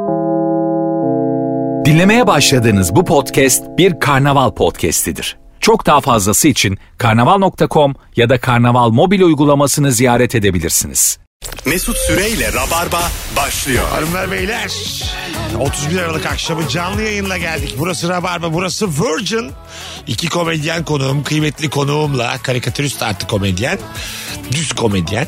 Dinlemeye başladığınız bu podcast bir karnaval podcastidir. Çok daha fazlası için karnaval.com ya da karnaval mobil uygulamasını ziyaret edebilirsiniz. Mesut Süreyle Rabarba başlıyor. Hanımlar beyler, 31 Aralık akşamı canlı yayınla geldik. Burası Rabarba, burası Virgin. İki komedyen konuğum, kıymetli konuğumla, karikatürist artı komedyen, düz komedyen.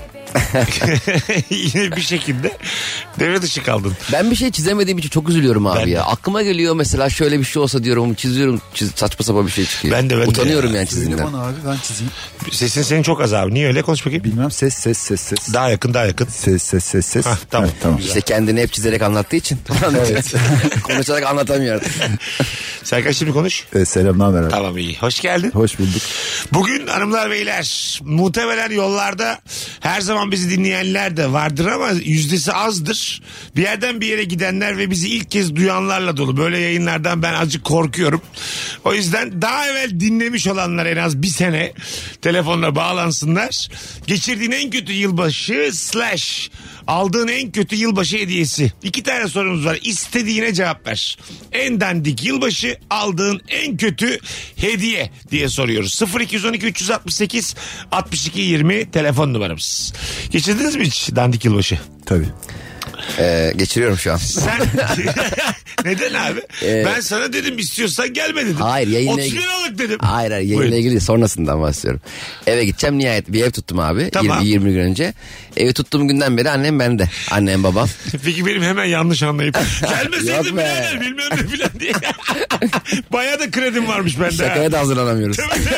Yine bir şekilde devre dışı kaldın. Ben bir şey çizemediğim için çok üzülüyorum abi ya. Aklıma geliyor mesela şöyle bir şey olsa diyorum, çiziyorum, saçma sapan bir şey çıkıyor. Ben de utanıyorum ya. yani çizdiğimden. Bana abi ben çizeyim. Sesin senin çok az abi. Niye öyle? Konuş bakayım. Bilmem ses. Daha yakın. Ses. Hah, tamam. Evet, tamam. İşte kendini hep çizerek anlattığı için. Evet. Konuşarak anlatamıyor. Serkan şimdi konuş. Selam, ne haber abi? Tamam, iyi. Hoş geldin. Hoş bulduk. Bugün hanımlar beyler, muhtemelen yollarda her zaman bizi dinleyenler de vardır ama yüzdesi azdır. Bir yerden bir yere gidenler ve bizi ilk kez duyanlarla dolu. Böyle yayınlardan ben azıcık korkuyorum. O yüzden daha evvel dinlemiş olanlar en az bir sene telefonla bağlansınlar. Geçirdiğin en kötü yılbaşı / aldığın en kötü yılbaşı hediyesi. 2 tane sorumuz var. İstediğine cevap ver. En dandik yılbaşı, aldığın en kötü hediye diye soruyoruz. 0212 368 62 20 telefon numaramız. Geçirdiniz mi hiç dandik yılbaşı? Tabii. Geçiriyorum şu an. Sen neden abi? Ben sana dedim istiyorsan gelme dedim. Hayır, yayınla 30 ilgili. liralık dedim. Hayır yayınla Buyurun. ilgili değil, sonrasından bahsediyorum. Eve gideceğim, nihayet bir ev tuttum abi. Tamam. 20 gün önce. Evi tuttuğum günden beri annem bende. Annem babam. Peki benim hemen yanlış anlayıp gelmeseydin Yok be. birader bilmem ne filan diye. Bayağı da kredim varmış bende. Şakaya da hazırlanamıyoruz.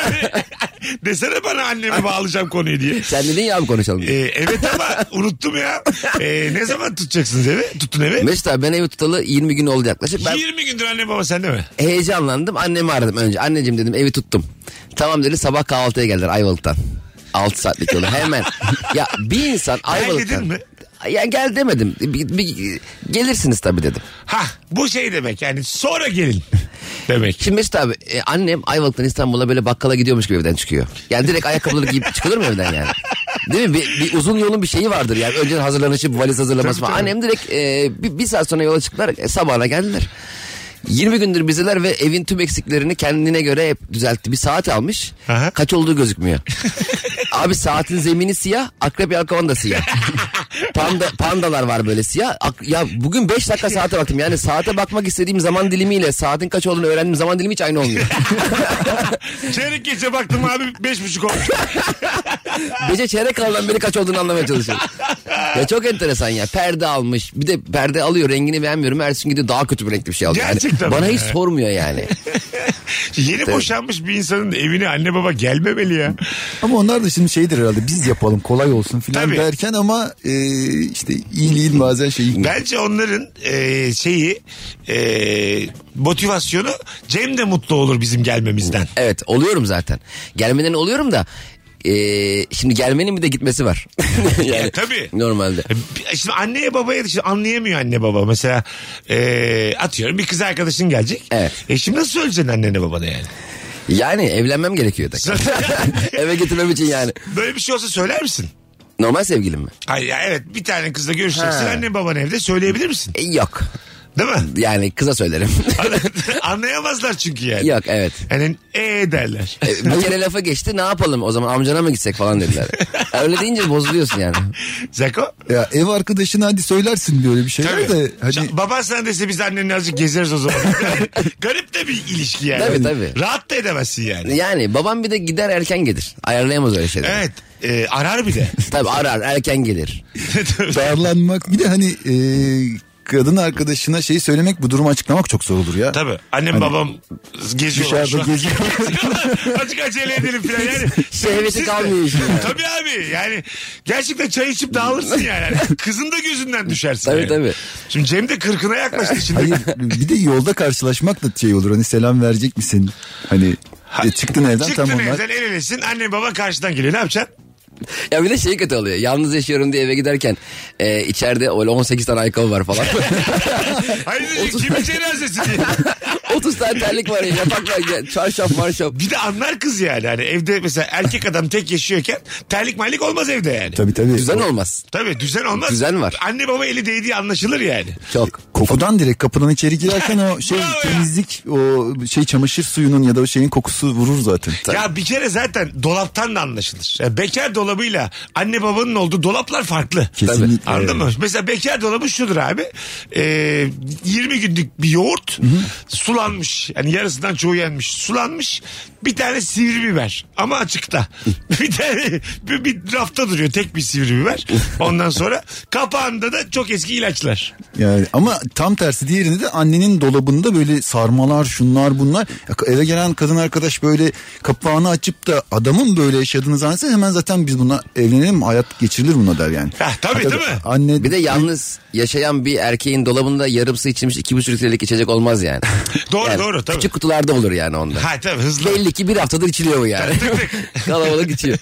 Desene bana anneme bağlayacağım konuyu diye. Sen dedin ya abi konuşalım diye. Evet ama unuttum ya. Ne zaman tutacaksınız evi? Tuttun evi? Mesut abi ben evi tutalı 20 gün oldu yaklaşık. Ben 20 gündür anne baba sende mi? heyecanlandım, annemi aradım önce. Anneciğim dedim, evi tuttum. Tamam dedi, sabah kahvaltıya geldiler Ayvalık'tan. 6 saatlik yolu hemen. Ya bir insan Ayvalık'tan. Dedin mi? Ya gel demedim. Gelirsiniz tabii dedim. Bu şey demek yani sonra gelin demek. Şimdi Mesut abi annem Ayvalık'tan İstanbul'a böyle bakkala gidiyormuş gibi evden çıkıyor. Yani direkt ayakkabıları giyip çıkılır mı evden yani? Değil mi? Bir uzun yolun bir şeyi vardır yani. Önceden hazırlanışıp valiz hazırlaması falan. Annem direkt bir saat sonra yola çıktılar. Sabahına geldiler. 20 gündür bizdeler ve evin tüm eksiklerini kendine göre hep düzeltti. Bir saat almış. Aha. Kaç olduğu gözükmüyor. Abi saatin zemini siyah, akrep yelkovan da siyah. Pandalar var böyle siyah. Ya bugün 5 dakika saate baktım. Yani saate bakmak istediğim zaman dilimiyle saatin kaç olduğunu öğrendiğim zaman dilimi hiç aynı olmuyor. Çeyrek geçe baktım abi 5.30 olmuş. Gece çeyrek kalan beri kaç olduğunu anlamaya çalışıyorum. Ya çok enteresan ya. Perde almış. Bir de perde alıyor, rengini beğenmiyorum. Ertesi gidiyor daha kötü bir renkli bir şey alıyor. Gerçekten bana mi? hiç sormuyor yani. Yeni boşanmış bir insanın evine anne baba gelmemeli ya. Ama onlar da şimdi şeydir herhalde, biz yapalım kolay olsun filan Tabii. derken ama işte iyiliğin bazen şeyi. Bence onların motivasyonu Cem de mutlu olur bizim gelmemizden. Evet, oluyorum zaten. Gelmeden oluyorum da şimdi gelmenin bir de gitmesi var. Yani Tabii. normalde. Şimdi anneye babaya şimdi anlayamıyor anne baba. Mesela atıyorum bir kız arkadaşın gelecek. Evet. Şimdi nasıl söyleyeceksin annene babana yani? Yani evlenmem gerekiyor da. Eve getirmem için yani. Böyle bir şey olsa söyler misin? Normal sevgilim mi? Hayır ya, evet, bir tane kızla görüşeceksin, Ha. annen baban evde, söyleyebilir misin? Yok. Değil mi? Yani kıza söylerim. Anlayamazlar çünkü yani. Yok, evet. Yani derler. Bir kere lafa geçti, ne yapalım o zaman, amcana mı gitsek falan dediler. Öyle deyince bozuluyorsun yani. Zeko? Ya ev arkadaşına hadi söylersin böyle bir şeyler Tabii. de hani Baban sana dese biz annenle azıcık gezeriz o zaman. Garip de bir ilişki yani. Tabii. Rahat da edemezsin yani. Yani babam bir de gider erken gelir. Ayarlayamaz öyle şeyleri. Evet. Arar bir de. Tabii arar, erken gelir. darlanmak, bir de hani kadın arkadaşına şeyi söylemek, bu durumu açıklamak çok zor olur ya. Tabii. Annem Hani babam geziyorlar şu Dışarıda an. geziyor. Azıcık acele edelim falan yani. Şehveti Siz de- kalmıyor işin yani. Tabii abi yani gerçekten çay içip dağılırsın yani. Kızın da gözünden düşersin. Tabii, yani. tabii. Şimdi Cem de 40'ına yaklaştı şimdi. Hayır, bir de yolda karşılaşmak da şey olur, hani selam verecek misin? Hani çıktın evden, Çıktın tam onlar. evden el elesin, annem baba karşıdan geliyor, ne yapacaksın? Ya bir de şey kötü oluyor. Yalnız yaşıyorum diye eve giderken içeride öyle 18 tane ayakkabı var falan. Hayır kimin cenazesi diye. 30 tane terlik var ya. Yapak var. Çarşaf marşaf. Bir de anlar kız yani. Hani evde mesela erkek adam tek yaşıyorken terlik maylik olmaz evde yani. Tabii. Düzen olmaz. Tabii düzen olmaz. Düzen var. Anne baba eli değdiği anlaşılır yani. Çok. Kokudan direkt kapıdan içeri girerken o şey Bravo ya. temizlik o şey çamaşır suyunun ya da o şeyin kokusu vurur zaten. Ya bir kere zaten dolaptan da anlaşılır. Yani bekar dolabıyla anne babanın olduğu dolaplar farklı. Kesinlikle. Anladın mı? Mesela bekar dolabı şudur abi. 20 günlük bir yoğurt sulanmış. Yani yarısından çoğu yenmiş. Sulanmış. Bir tane sivri biber ama açıkta. Bir tane bir rafta duruyor tek bir sivri biber. Ondan sonra kapağında da çok eski ilaçlar. Yani ama tam tersi diğerinde de annenin dolabında böyle sarmalar şunlar bunlar. Eve gelen kadın arkadaş böyle kapağını açıp da adamın böyle yaşadığını zannetse hemen zaten biz buna evlenelim hayat geçirilir buna der yani. Tabii değil mi? Anne Bir de yalnız yaşayan bir erkeğin dolabında yarımsı içilmiş 2,5 litrelik içecek olmaz yani. Doğru tabii. Küçük kutularda olur yani onda. Ha tabii hızlı. Belli ki bir haftadır içiliyor bu yani. Kalabalık içiyor.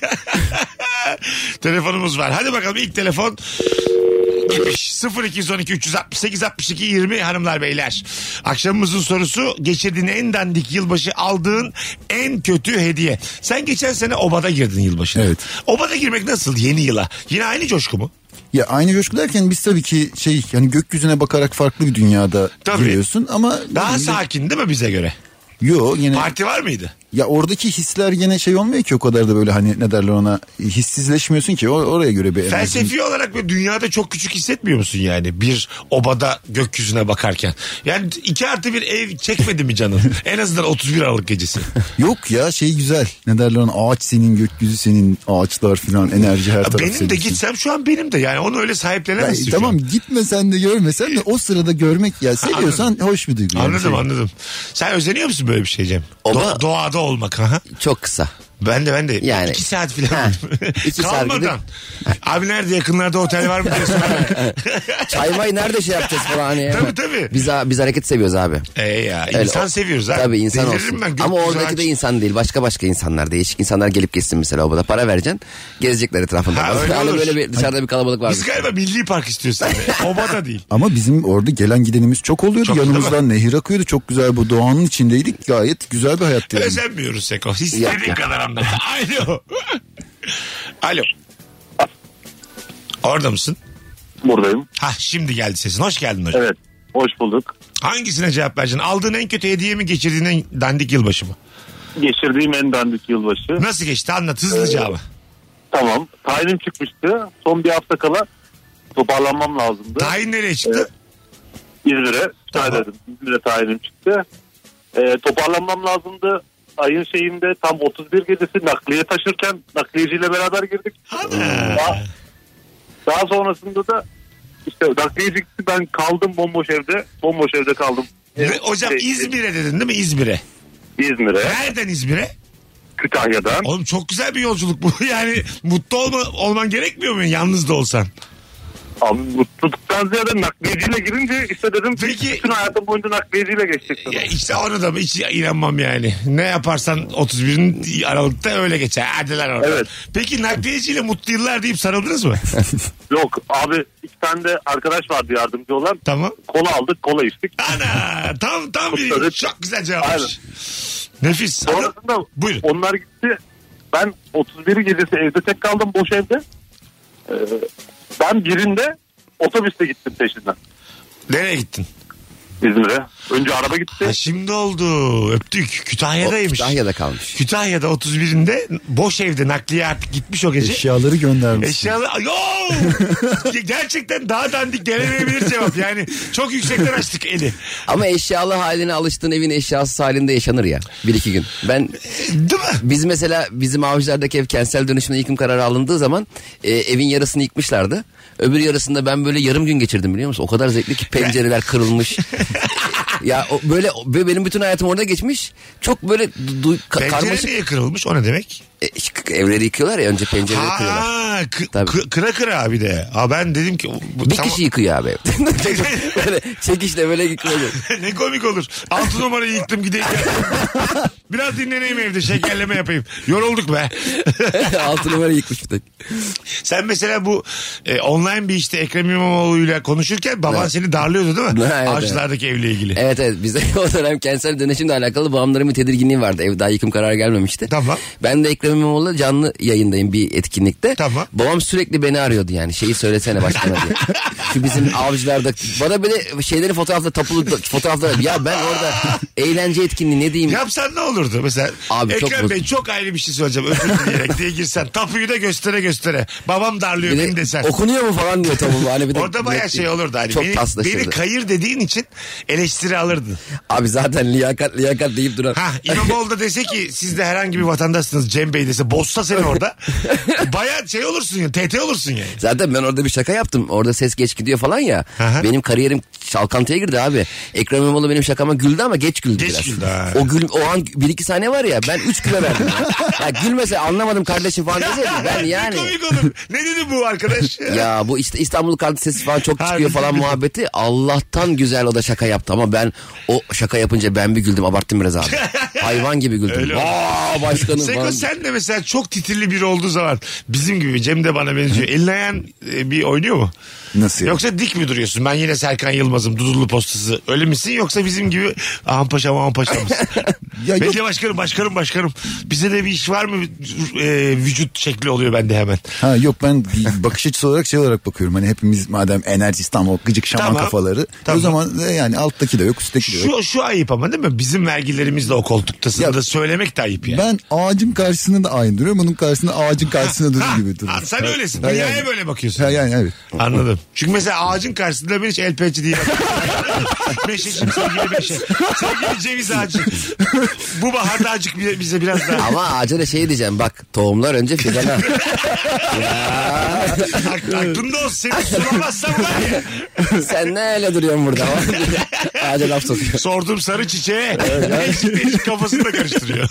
Telefonumuz var. Hadi bakalım ilk telefon gitmiş. 0212 368 62 20 hanımlar beyler. Akşamımızın sorusu geçirdiğin en dandik yılbaşı aldığın en kötü hediye. Sen geçen sene obada girdin yılbaşına. Evet. Obada girmek nasıl yeni yıla? Yine aynı coşku mu? ya aynı coşku derken biz tabii ki yani gökyüzüne bakarak farklı bir dünyada Tabii. giriyorsun ama Daha sakin değil mi bize göre? Yo yine Parti var mıydı? ya oradaki hisler gene olmuyor ki o kadar da böyle hani ne derler ona hissizleşmiyorsun ki oraya göre bir enerji. Felsefi olarak ve dünyada çok küçük hissetmiyor musun yani? Bir obada gökyüzüne bakarken. Yani 2+1 ev çekmedi mi canın? En azından 31 Aralık gecesi. Yok ya güzel ne derler ona ağaç senin gökyüzü senin ağaçlar filan enerji her taraf Benim de senin. gitsem şu an benim de yani onu öyle sahiplenemezsin şu an. Tamam gitmesen de görmesen de o sırada görmek ya seviyorsan hoş bir duygu. Yani Anladım. Sen özeniyor musun böyle bir şey Cem? Oba- Doğada olmak. Aha. Çok kısa. Ben de. Yani. 2 saat falan. 2 saat Kalmadan. Abi nerede yakınlarda otel var mı diye sorarak. Çay nerede şey yapacağız falan hani. Tabii. Biz hareket seviyoruz abi. Ya Öyle, insan seviyoruz abi. Tabii insan Deliririm olsun. ben, Ama gökyüzü oradaki de ağaç. insan değil. Başka insanlar. Değişik insanlar gelip geçsin mesela obada. Para vereceksin. Gezecekler etrafında. Ha, öyle Hani olur. böyle bir dışarıda bir kalabalık var. Biz galiba milli park istiyoruz sende. Obada değil. Ama bizim orada gelen gidenimiz çok oluyordu. Çok, yanımızdan nehir akıyordu. Çok güzel bu doğanın içindeydik. Gayet güzel bir hayattı. Yani. Özenmiyoruz Seko. İstediğin Yok. kadar anlat. Alo. Orada mısın? Buradayım. Şimdi geldi sesin. Hoş geldin hocam. Evet. Hoş bulduk. Hangisine cevap vereceksin? Aldığın en kötü hediye mi, geçirdiğin en dandik yılbaşı mı? Geçirdiğim en dandik yılbaşı. Nasıl geçti? Anlat hızlıca ama. Tamam. Tayinim çıkmıştı. Son bir hafta kala toparlanmam lazımdı. Tayin nereye çıktı? İzmir'e. Tamam. Dedim. İzmir'e tayinim çıktı. Toparlanmam lazımdı. Ayın şeyinde tam 31 gecesi nakliye taşırken nakliyeciyle beraber girdik. Daha sonrasında da işte nakliyeci gitti, ben kaldım bomboş evde. Bomboş evde kaldım. Hocam İzmir'e dedin değil mi? İzmir'e. İzmir'e. Nereden İzmir'e? Kütahya'dan. Oğlum çok güzel bir yolculuk bu. Yani mutlu olman gerekmiyor mu yalnız da olsan? Abi mutluluktan ziyade nakliyeciyle girince işte dedim Peki- bütün hayatım boyunca nakliyeciyle geçecek. Ya işte onu da hiç inanmam yani. Ne yaparsan 31 Aralık'ta öyle geçer. Hadiler orada. Evet. Peki nakliyeciyle mutlu yıllar deyip sarıldınız mı? Yok abi, 2 tane de arkadaş vardı yardımcı olan. Tamam. Kola aldık, kola içtik. Ana tam bir Kutladık. çok güzel cevapmış. Aynen. Nefis. Sonrasında Buyurun. onlar gitti. Ben 31 gecesi evde tek kaldım, boş evde. Ben birinde otobüste gittim peşinden Nereye gittin? İzmir'e. Önce araba gitti. Ha, şimdi oldu. Öptük. Kütahya'daymış. Kütahya'da kalmış. Kütahya'da 31'inde boş evde nakliye artık gitmiş o gece. Eşyaları göndermiş. Eşyalı. Yo! Gerçekten daha dandik gelemeyebilir cevap. Yani çok yüksekten açtık eli. Ama eşyalı haline alıştığın evin eşyasız halinde yaşanır ya. 1-2 gün. Değil mi? Biz mesela bizim Avcılar'daki ev kentsel dönüşümde yıkım kararı alındığı zaman evin yarısını yıkmışlardı. Öbür yarısında ben böyle yarım gün geçirdim, biliyor musun? O kadar zevkli ki pencereler kırılmış. Ya böyle benim bütün hayatım orada geçmiş. Çok böyle Pencere karmaşık. niye kırılmış? O ne demek? Evleri yıkıyorlar ya, önce pencereleri kırıyorlar. Tabii. Kıra abi de. Ben dedim ki... Bir kişi yıkıyor abi. Böyle çekişle böyle yıkıyor. Ne komik olur. 6 numarayı yıktım gideyim. Biraz dinleneyim evde, şekerleme yapayım. Yorulduk be. 6 numara yıkmış bir tek. Sen mesela bu online bir işte Ekrem İmamoğlu'yla konuşurken baban seni darlıyordu değil mi? Evet, Avcılardaki evle ilgili. Evet bizde o dönem kentsel dönüşümle alakalı babamların bir tedirginliği vardı. Ev daha yıkım kararı gelmemişti. Tamam. Ben de Ekrem İmamoğlu'yla canlı yayındayım bir etkinlikte. Tamam. Babam sürekli beni arıyordu yani. Şeyi söylesene başkana diye. Şu bizim avcılarda bana böyle şeyleri fotoğraflar. Ya ben orada eğlence etkinliği ne diyeyim? Yapsan ne olurdu mesela? Abi, Ekrem Bey çok ayrı bir şey söyleyeceğim. Özür dileyerek diye girsen. Tapuyu da göstere. Babam darlıyor beni desen. Okunuyor mu falan diyor tapu. Hani bir de orada bayağı şey olurdu. Hani çok beni kayır dediğin için eleştiri alırdın. Abi zaten liyakat deyip duran. İmamoğlu da dese ki siz de herhangi bir vatandaşsınız Cem Bey dese, bozsa seni orada. Bayağı şey olursun ya, TT olursun yani. Zaten ben orada bir şaka yaptım. Orada ses geç gidiyor falan ya. Aha. Benim kariyerim çalkantıya girdi abi. Ekrem İmamoğlu benim şakama güldü ama geç güldü biraz. O an 1-2 saniye var ya, ben 3 kilo verdim. Ya gülmese anlamadım kardeşim falan deseydi ben yani. Ne komik olur. Ne dedi bu arkadaş? Ya bu işte İstanbul kartı sesi falan çok çıkıyor falan muhabbeti. Allah'tan güzel o da şaka yaptı ama ben o şaka yapınca ben bir güldüm, abarttım biraz abi. Hayvan gibi güldüm. Başkanım Seko falan. sen de mesela çok titirli biri olduğu zaman bizim gibi, Cem de bana benziyor. Elin ayağın bir oynuyor mu? Nasıl? Yoksa dik mi duruyorsun? Ben yine Serkan Yılmaz'ım, Dudullu Postası. Öyle misin? Yoksa bizim gibi aman paşam mısın? Belediye başkanım. Bize de bir iş var mı? Vücut şekli oluyor bende hemen. Yok ben bakış açısı olarak şey olarak bakıyorum. Hani hepimiz madem enerjist ama o gıcık şaman kafaları. Tamam. O zaman yani alttaki de yok, üstteki de yok. Şu ayıp ama değil mi? Bizim vergilerimizle o koltuktasın da söylemek de ayıp yani. Ben ağacın karşısında da aynı duruyorum. Bunun karşısında ağacın karşısında durur gibi duruyorum. Sen öylesin. Dünyaya böyle bakıyorsun. Yani evet. Anladım. Çünkü mesela ağacın karşısında ben hiç el pençe değilim. Meşeciğim, sevgili Meşe. Sevgili ceviz ağacı. Bu baharda acık bize biraz daha. Ama ağaca da şey diyeceğim bak, tohumlar önce fidana. Aklında olsun, seni sulamazsam var ya. Sen ne öyle duruyorsun burada? Ağaca laf sokuyor. Sordum sarı çiçeğe. Değişik kafasını da karıştırıyor.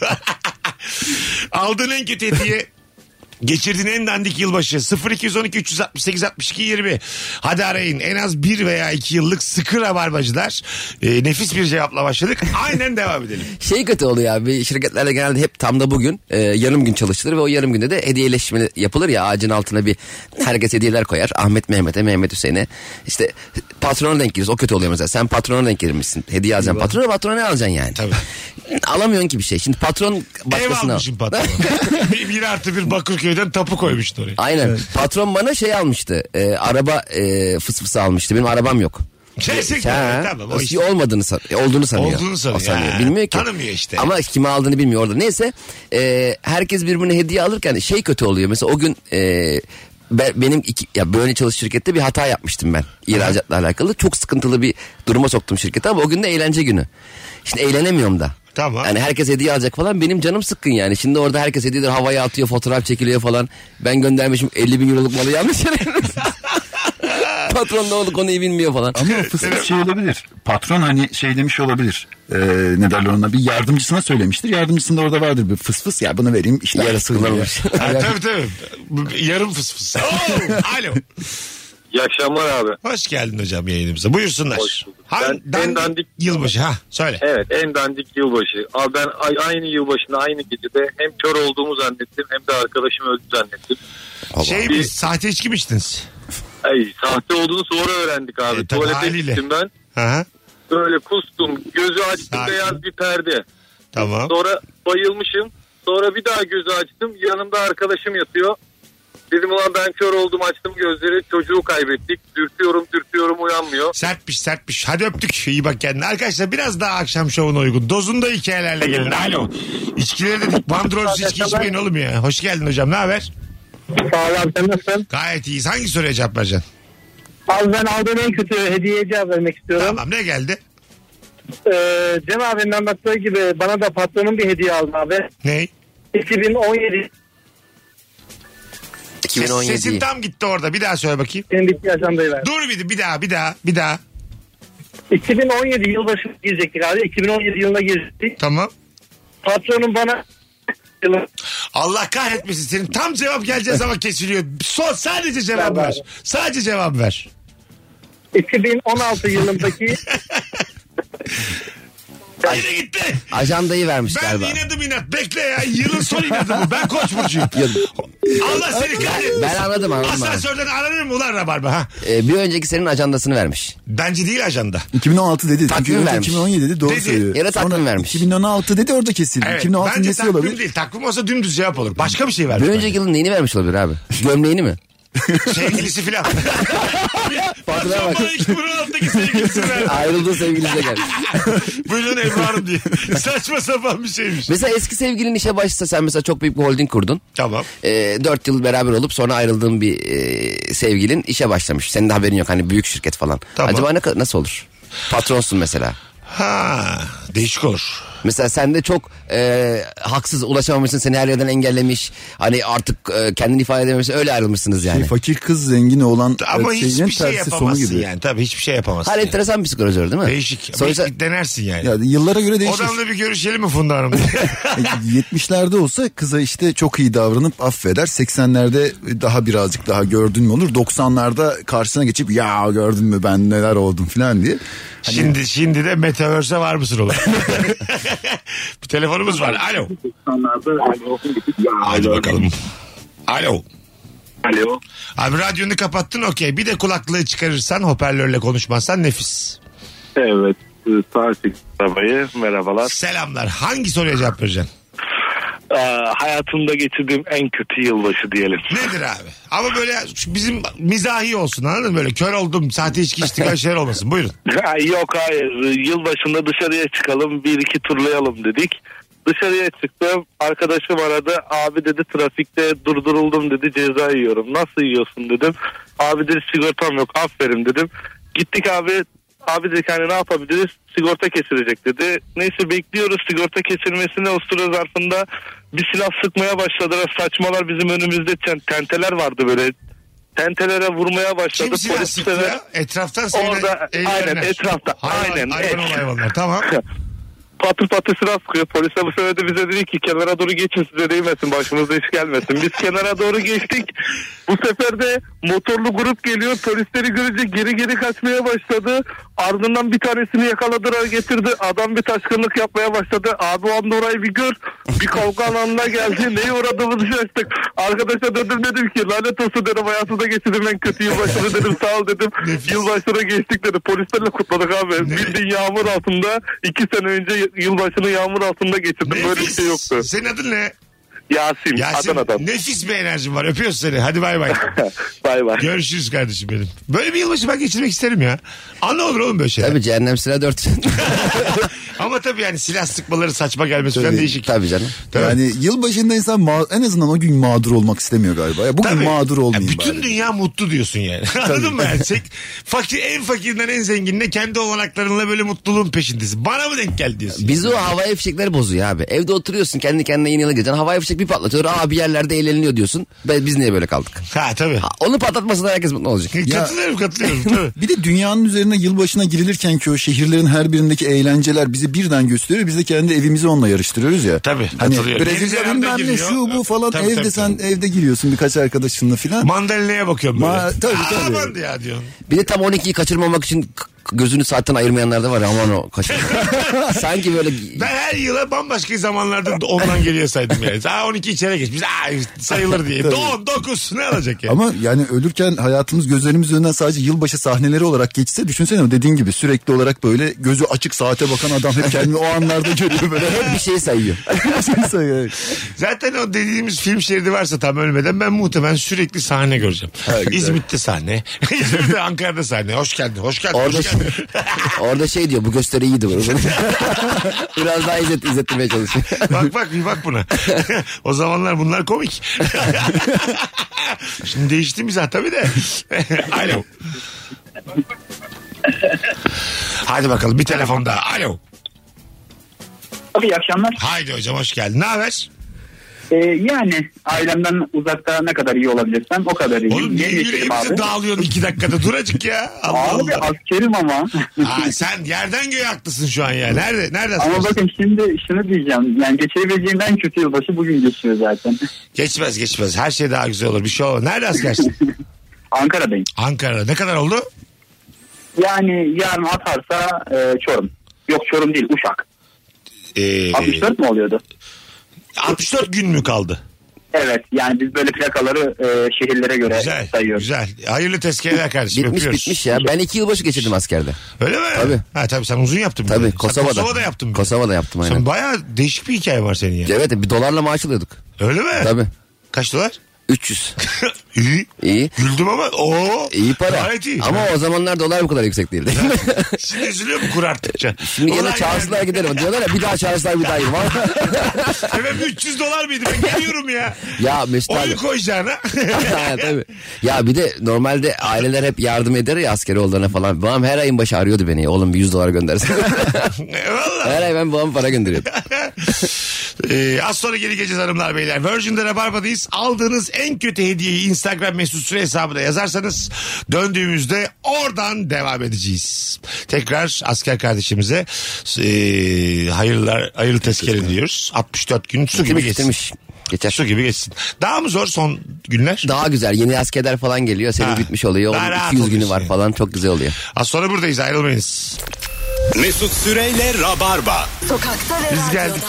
Aldığın en kötü hediye, geçirdiğin en dandik yılbaşı. 0212 368 62 20. Hadi arayın. En az 1 veya 2 yıllık sıkı rabarbacılar. Nefis bir cevapla başladık. Aynen devam edelim. Şey kötü oluyor abi. Şirketlerde genelde hep tam da bugün yarım gün çalışılır ve o yarım günde de hediyeleşme yapılır ya, ağacın altına bir herkes hediyeler koyar. Ahmet Mehmet'e, Mehmet Hüseyin'e. İşte patrona denk geliriz. O kötü oluyor mesela. Sen patrona denk gelirmişsin. Hediye alacaksın patrona ne alacaksın yani? Tabii. Alamıyorsun ki bir şey. Şimdi patron başkasına. Ev almışım patrona. 1+1 Bakırköy'den tapu koymuştu oraya. Aynen. Evet. Patron bana şey almıştı. Araba fısfısı almıştı. Benim arabam yok. Gerçekten tamam. O işte. Olduğunu sanıyor. Olduğunu sanıyor. Bilmiyor ki. Tanımıyor işte. Ama kime aldığını bilmiyor orada. Neyse herkes birbirine hediye alırken şey kötü oluyor. Mesela o gün benim böyle çalış şirkette bir hata yapmıştım ben. İhracatla alakalı. Çok sıkıntılı bir duruma soktum şirketi ama o gün de eğlence günü. Şimdi eğlenemiyorum da. Tamam. Yani herkes hediye alacak falan, benim canım sıkkın yani. Şimdi orada herkes hediyeleri havaya atıyor, fotoğraf çekiliyor falan. Ben göndermişim 50.000 euroluk malı yanlış yere. Patron ne oldu konuyu bilmiyor falan. Ama fıstık şey olabilir. Patron hani şey demiş olabilir. Ne derler ona, bir yardımcısına söylemiştir. Yardımcısında orada vardır bir fıs ya bunu vereyim. İşte yarısı kullanılmış. Tabii. Yarım fıs. Alo. İyi akşamlar abi. Hoş geldin hocam yayınımıza. Buyursunlar. Hoş bulduk. Ben en dandik yılbaşı. Söyle. Evet, en dandik yılbaşı. Abi ben aynı yılbaşında aynı gecede hem kör olduğumu zannettim hem de arkadaşım öldü zannettim. Sahte içki mi içtiniz? Sahte olduğunu sonra öğrendik abi. Tuvalete gittim ben. Aha. Böyle kustum. Gözü açtım, beyaz bir perde. Tamam. Sonra bayılmışım. Sonra bir daha gözü açtım. Yanımda arkadaşım yatıyor. Dedim ulan ben kör oldum, açtım gözleri, çocuğu kaybettik. Dürtüyorum uyanmıyor. Sertmiş. Hadi öptük. İyi bak kendine. Arkadaşlar biraz daha akşam şovuna uygun. Dozunda hikayelerle gelin. Alo. İçkileri dedik. Bandrolsuz içki içmeyin oğlum ya. Hoş geldin hocam. Ne haber? Sağ ol abi, sen nasılsın? Gayet iyiyiz. Hangi soruya cevap vereceksin? Abi ben aldığım en kötü hediyeye cevap vermek istiyorum. Tamam, ne geldi? Cem abinin anlattığı gibi bana da patronum bir hediye aldı abi. Ne? 2017. Sesin tam gitti orada. Bir daha söyle bakayım. Senin bitti ajandayı ver. Dur bir daha. 2017 yılbaşı girecektik abi. 2017 yılına girecektik. Tamam. Patronum bana yılında. Allah kahretmesin senin. Tam cevap geleceği zaman kesiliyor. Sadece cevap ver. Sadece cevap ver. 2016 yılındaki Yine gitti. Ajandayı vermiş Ben galiba. inat. Bekle ya. Yılın son inadı bu. Ben Koç burcuyum. Allah seni kahretmesin. Ben anladım. Asansörden aranır mı ulan Rabarba ha? Bir önceki senin ajandasını vermiş. Bence değil ajanda. 2016 dedi. Takvim Çünkü önce vermiş. 2017 dedi. Doğru Dedi. söylüyor. Ya da takvim Sonra vermiş. 2016 dedi, orada kesildi. Evet, 2016 bence nesi takvim olabilir? değil. Takvim olsa dümdüz cevap olur. Başka bir şey Bir vermiş. önceki yılın neyini vermiş olabilir abi? Gömleğini mi? Sevgilisi filan. Fatih'e bak. Bana 2016'daki sevgilisi ver. Ayrıldığı sevgilisiyle gelmiş. Buyurun Ebru Hanım diye. Saçma sapan bir şeymiş. Mesela eski sevgilin işe başlasa, sen mesela çok büyük bir holding kurdun. Tamam. 4 yıl beraber olup sonra ayrıldığın bir sevgilin işe başlamış. Senin de haberin yok, hani büyük şirket falan. Tamam. Acaba nasıl olur? Patronsun mesela. Ha, değişik olur. Mesela sen de çok haksız ulaşamamışsın, seni her yerden engellemiş. Hani artık kendini ifade edememişsin, öyle ayrılmışsınız yani. Fakir kız zengin olan Ama şeyin hiçbir şey tersi sonu yapamazsın gibi. yani. Tabii hiçbir şey yapamazsın. Hani enteresan bir psikolojör değil mi? Değişik. Sonuçta Bir denersin yani. Ya yıllara göre değişir. Odamda bir görüşelim mi Funda Hanım? 70'lerde olsa kıza işte çok iyi davranıp affeder. 80'lerde daha birazcık daha gördün mü olur. 90'larda karşısına geçip ya gördün mü ben neler oldum falan diye. Şimdi de Metaverse'e var mısın oğlum? Bir telefonumuz var. Alo. Hadi bakalım. Alo. Alo. Abi radyonu kapattın, okey. Bir de kulaklığı çıkarırsan, hoparlörle konuşmazsan nefis. Evet. Taksi arabayı. Merhabalar. Selamlar. Hangi soruya cevap vereceksin? Hayatımda geçirdiğim en kötü yılbaşı diyelim. Nedir abi? Ama böyle bizim mizahi olsun, anladın mı? Böyle kör oldum, sahte içki içtik, öyle şeyler olmasın. Buyurun. Yok hayır. Yılbaşında dışarıya çıkalım, bir iki turlayalım dedik. Dışarıya çıktım. Arkadaşım aradı. Abi dedi trafikte durduruldum dedi, ceza yiyorum. Nasıl yiyorsun dedim. Abi dedi sigortam yok, aferin dedim. Gittik abi. Abi dedi hani ne yapabiliriz? Sigorta kesilecek dedi. Neyse bekliyoruz sigorta kesilmesine, o süre zarfında bir silah sıkmaya başladılar. Saçmalar, bizim önümüzde tenteler vardı böyle. Tentelere vurmaya başladı. Kim silah sıktı ya? Etraftan seni Orada aynen etrafta. Aynen. Hayvanlar tamam. Patır patır silah sıkıyor. Polise bu sefer de bize dedi ki kenara doğru geçin, size değmesin, başımıza iş gelmesin. Biz kenara doğru geçtik. Bu sefer de motorlu grup geliyor. Polisleri görünce geri kaçmaya başladı. Ardından bir tanesini yakaladılar, getirdi. Adam bir taşkınlık yapmaya başladı. Abi o anda orayı bir gör. Bir kavga alanına geldi. Neye uğradığımızı şaştık. Arkadaşa döndüm, dedim ki lanet olsun dedim, hayatımda geçirdim en kötü yılbaşını dedim, sağ ol dedim. Yılbaşına geçtik dedi. Polislerle kutladık abi. Bildiğin yağmur altında 2 sene önce yılbaşını yağmur altında geçirdim. Nefis. Böyle bir şey yoktu. Senin adın ne? Yasin Adana'dan. Nefis bir enerjin var. Öpüyoruz seni. Hadi bay bay. Bay bay. Görüşürüz kardeşim benim. Böyle bir yılbaşı ben geçirmek isterim ya. Anne olur oğlum böyle şeyler. Tabii cehennem silah 4. Ama tabii yani silah sıkmaları saçma gelmesi falan değişik. Tabii canım. Tabii. Yani yılbaşında insan en azından o gün mağdur olmak istemiyor galiba. Ya bugün Tabii. mağdur olmayayım Bütün bari. dünya mutlu diyorsun yani. Anladın mı yani? En fakirden en zenginine kendi olanaklarınla böyle mutluluğun peşindesin. Bana mı denk geldi diyorsun? Bizi o havai fişekleri bozuyor abi. Evde oturuyorsun, kendi kendine yeni yıla gireceksin. Havai fişek bir patlatıyor. Bir yerlerde eğleniliyor diyorsun. Biz niye böyle kaldık? Ha tabii. Onu patlatmasına herkes mutlu olacak. Katılıyorum tabii. Bir de dünyanın üzerine yılbaşına girilirken ki o şehirlerin her birindeki eğlenceler bizi birden gösteriyor. Biz de kendi evimizi onunla yarıştırıyoruz ya. Tabii, Hani katılıyorum. Brezilya Yeni bilmem Zelanda ne giriyor. şu bu falan, Tabii, evde tabii, sen tabii. evde giriyorsun birkaç arkadaşınla filan. Mandalina'ya bakıyorum böyle. Tabii. Aman ya diyorsun. Bir de tam 12'yi kaçırmamak için gözünü saatten ayırmayanlar da var ya, aman o kaçır. Sanki böyle... Ben her yıla bambaşka zamanlarda ondan geriye saydım yani. 12 içeri geçmiş. Sayılır diye. 10, 9 ne alacak yani? Ama yani ölürken hayatımız gözlerimiz önünden sadece yılbaşı sahneleri olarak geçse, düşünsene dediğin gibi sürekli olarak böyle gözü açık saate bakan adam hep kendini o anlarda görüyor böyle. Hep bir şey sayıyor. Zaten o dediğimiz film şeridi varsa tam ölmeden ben muhtemelen sürekli sahne göreceğim. İzmit'te sahne. İzmir'de, Ankara'da sahne. Hoş geldin. Orada şey diyor, bu gösteri iyiydi. Biraz daha izlettirmeye çalışıyor. Bak buna. O zamanlar bunlar komik. Şimdi değişti mizah tabii de. Alo. Hadi bakalım bir telefon daha. Alo. Abi iyi akşamlar. Haydi hocam hoş geldin. Ne haber? Yani ailemden uzakta ne kadar iyi olabilirsem o kadar iyi. Oğlum niye yüreğimizi dağılıyorsun 2 dakikada duracık ya. Allah Abi Allah. askerim ama. Sen yerden göğe haklısın şu an ya. Nerede Ama bakın şimdi şunu diyeceğim. Yani geçirebileceğim en kötü yılbaşı bugün geçiyor zaten. Geçmez. Her şey daha güzel olur. Bir şey olmaz. Nerede askersin? Ankara'dayım. Ankara'da. Ne kadar oldu? Yani yarın atarsa Çorum. Yok Çorum değil Uşak. 64 mu oluyordu? 64 gün mü kaldı? Evet yani biz böyle plakaları şehirlere göre sayıyoruz. Güzel. Hayırlı tezkereler kardeşim. Bitmiş ya. Ben 2 yılbaşı geçirdim askerde. Öyle mi? Tabii sen uzun yaptın. Tabii Kosova'da yaptın. Kosova'da yaptım aynen. Sen bayağı değişik bir hikaye var senin ya. Evet $1 maaş alıyorduk. Öyle mi? Tabii. Kaç dolar? 300. İyi. Güldüm ama İyi para. Gayet iyi. Ama o zamanlar dolar bu kadar yüksek değildi. Şimdi üzülüyor mu kur arttıkça? Şimdi yine çağırsınlar giderim. Diyorlar ya bir daha çağırsınlar bir daha yerim. Efendim $300 mıydı? Ben geliyorum ya. Ya Mesut abi. Oyun koyacağına. Tabii. Ya bir de normalde aileler hep yardım eder ya askeri oğullarına falan. Babam her ayın başı arıyordu beni. Oğlum $100 göndersin. Vallahi. Her ay ben babam para gönderiyordum. Az sonra geri geleceğiz hanımlar beyler. Virgin'de Rabarba'dayız. Aldığınız en kötü hediyeyi Instagram mesut süre hesabına yazarsanız döndüğümüzde oradan devam edeceğiz. Tekrar asker kardeşimize hayırlı tezkere diyoruz. 64 gün su gibi geçsin. Geçer. Su gibi geçsin. Daha mı zor son günler? Daha güzel. Yeni askerler falan geliyor. Senin bitmiş oluyor. Onun 200 günü var falan. Çok güzel oluyor. Az sonra buradayız. Ayrılmayınız. Mesut Süreyle Rabarba. Sokakta ve Biz radyoda. geldik.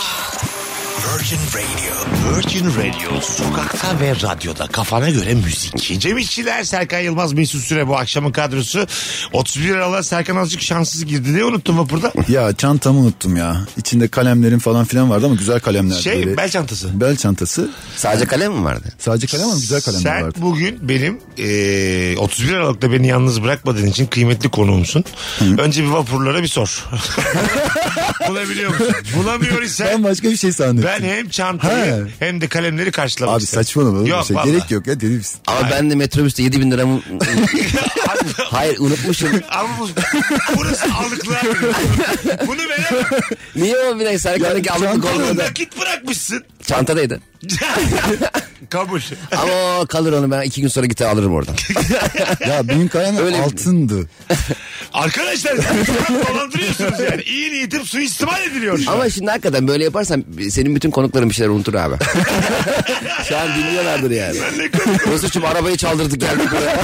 Virgin Radio sokakta ve radyoda kafana göre müzik. Cem İşçiler, Serkan Yılmaz, Mesut Süre bu akşamın kadrosu. 31 Aralık'a Serkan azıcık şanssız girdi. Ne unuttun vapurda? Ya çantamı unuttum ya. İçinde kalemlerim falan filan vardı ama güzel kalemler. Böyle. Bel çantası. Bel çantası. Sadece kalem mi vardı? Sadece kalem ama güzel kalemler vardı. Sen bugün benim 31 Aralık'ta beni yalnız bırakmadığın için kıymetli konuğumsun. Önce bir vapurlara bir sor. Bulabiliyor musun? Bulamıyor ise Ben başka bir şey sandım. ben hem çantayı hem de kalemleri karşılamak Abi isterim. saçmalama. Yok, Şey. Gerek yok ya deli misin? Ama ben de metrobüste 7.000 liramı... Hayır unutmuşum. Ama burası alıklar. Bunu veremem. Niye o bir de Serkan'daki alıklık Bunu olmadı? nakit bırakmışsın. Çantadaydı. Kabul. Ama o kalır onu ben 2 gün sonra gitar alırım oradan. Ya benim kalem altındı. Arkadaşlar dolandırıyorsunuz yani. İyi niyetim suistimal ediliyor şu an. Ama şimdi hakikaten böyle yaparsan senin bütün konukların bir şeyler unutur abi. Şu an dinliyorlardır yani. Mesut'cum arabayı çaldırdık geldik buraya.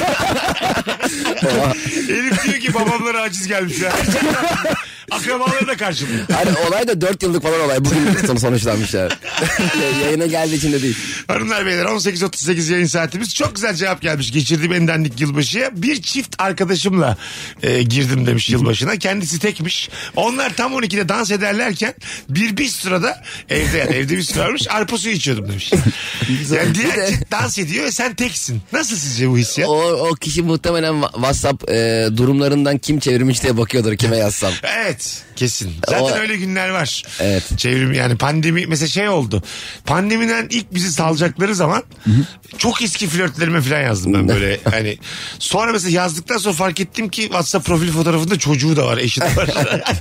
Elif diyor ki babamlara aciz gelmiş ya. Akrabaları da karşılıyor. Hani olay da 4 yıllık falan olay. Bugün sonuçlanmış yani. Yayına geldiği için de değil. Hanımlar beyler 18.38 yayın saatimiz. Çok güzel cevap gelmiş. Geçirdiğim en dandik yılbaşıya. Bir çift arkadaşımla girdim demiş yılbaşına. Kendisi tekmiş. Onlar tam 12'de dans ederlerken bir sırada evde bir sıra varmış. Arpa suyu içiyordum demiş. Yani diğer çift dans ediyor ve sen teksin. Nasıl sizce bu hissiyat? O kişi muhtemelen WhatsApp durumlarından kim çevirmiş diye bakıyordur kime yazsam. Evet kesin. Zaten öyle günler var. Evet. Çevrim yani pandemi mesela şey oldu. Pandemiden ilk bizi salacakları zaman çok eski flörtlerime falan yazdım ben böyle hani. Sonra mesela yazdıktan sonra fark ettim ki WhatsApp profil fotoğrafında çocuğu da var, eşi de var.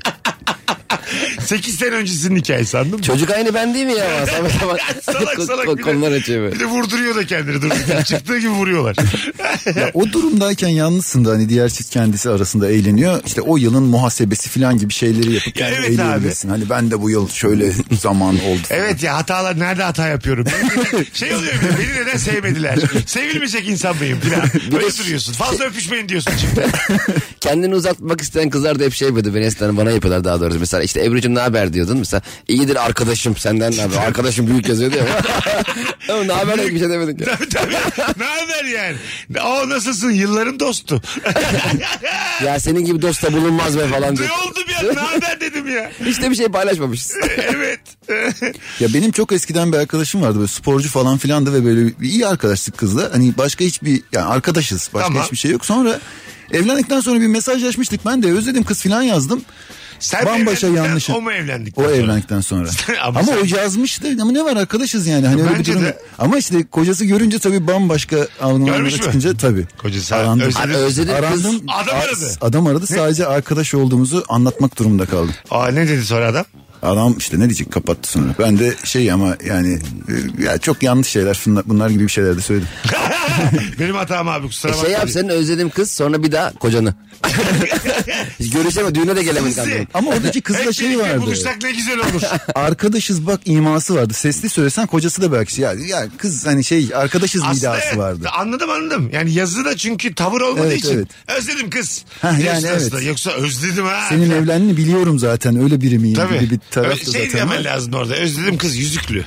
8 sene öncesinin hikayesi anladın mı? Çocuk aynı ben değil mi ya? Salak konular açıyor. Bir de vurduruyor da kendini. Çıktığı gibi vuruyorlar. Ya o durumdayken yalnızsın da hani diğer çift kendisi arasında eğleniyor. İşte o yılın muhasebesi falan gibi şeyleri yapıp kendi evet eğlenebilirsin. Hani ben de bu yıl şöyle zaman oldu falan. Evet ya hatalar nerede hata yapıyorum. Şey oluyor bir de, beni neden sevmediler? Sevilmeyecek insan mıyım falan. Öyle duruyorsun. Fazla öpüşmeyin diyorsun çifte. Kendini uzatmak isteyen kızlar da hep şey yapıyordu. Beni eskiden bana yapıyorlar daha doğrusu. Mesela işte Ebru'cum ne haber diyordun. Mesela iyidir arkadaşım senden ne haber? Arkadaşım büyük yazıyordu ya. Ama ne haber bir şey demedik ya. Tabii. Ne haber yani? O nasılsın? Yılların dostu. Ya senin gibi dost da bulunmaz be falan diyor. Ne oldu bir an? Ne haber dedim ya. Hiç de bir şey paylaşmamışız. Evet. Ya benim çok eskiden bir arkadaşım vardı böyle sporcu falan filandı ve böyle bir iyi arkadaşlık kızla. Hani başka hiçbir yani arkadaşız. Başka hiçbir şey yok. Sonra evlendikten sonra bir mesajlaşmıştık. Ben de özledim kız filan yazdım. Sen bambaşa yanlış. O mu evlendik? O evlendikten sonra. ama o yazmıştı. Ama ne var arkadaşız yani. Hani öyle bir durum. Ama işte kocası görünce tabii bambaşka anlamlara çıkınca tabii. Kocası özledim. Arandım. Adam aradı. Adam aradı. Sadece arkadaş olduğumuzu anlatmak durumunda kaldım. Aa ne dedi sonra adam? Adam işte ne diyecek, kapattı sonra. Ben de ama yani ya çok yanlış şeyler bunlar gibi bir şeyler de söyledim. Benim hatam abi, kusura bakma. Yap, senin özlediğim kız, sonra bir daha kocanı. Hiç görüşemedi, düğüne de gelemedik. Ama oradaki kızla vardı. Buluşsak ne güzel olur. Arkadaşız bak iması vardı. Sesli söylesen kocası da belki ya kız hani arkadaşız iddiası vardı. Anladım. Yani yazıda çünkü tavır olmadığı için. Evet. Özledim kız. Yani evet. Yoksa özledim ha. Senin evlendiğini biliyorum zaten, öyle biri miyim gibi bir taraf da zaten. Demen lazım orada. Özledim kız yüzüklü.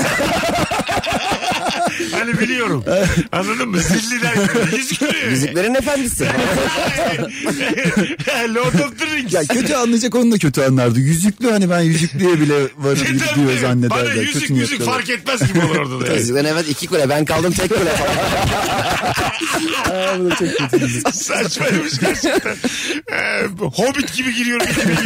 Hani biliyorum. Anladın mı? Zilliler gibi. Yüzüklü. Yüzüklerin efendisi. Lord of the Rings. Ya kötü anlayacak, onu da kötü anlardı. Yüzüklü, hani ben yüzüklüye bile varım diyor zannederler. Bana yüzük fark etmez gibi olur orada da. Yüzüklerin efendisi 2 kule, ben kaldım tek kule falan. Bu da çok kötü. Saçmaymış gerçekten. Hobbit gibi giriyorum.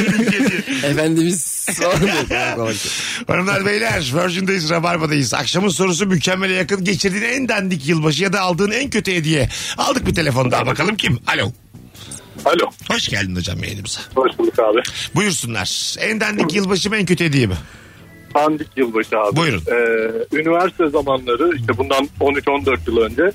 Efendimiz. Hanımlar beyler, Virgin'dayız, Rabarba'dayız. Akşamın sorusu mükemmele yakın. Geçirdiğin en dandik yılbaşı ya da aldığın en kötü hediye. Aldık bir telefon daha, bakalım kim? Alo. Alo. Hoş geldin hocam yayınımıza. Hoş bulduk abi. Buyursunlar. En dandik yılbaşı mı, en kötü hediye mi? Dandik yılbaşı abi. Buyurun. Üniversite zamanları, işte bundan 13-14 yıl önce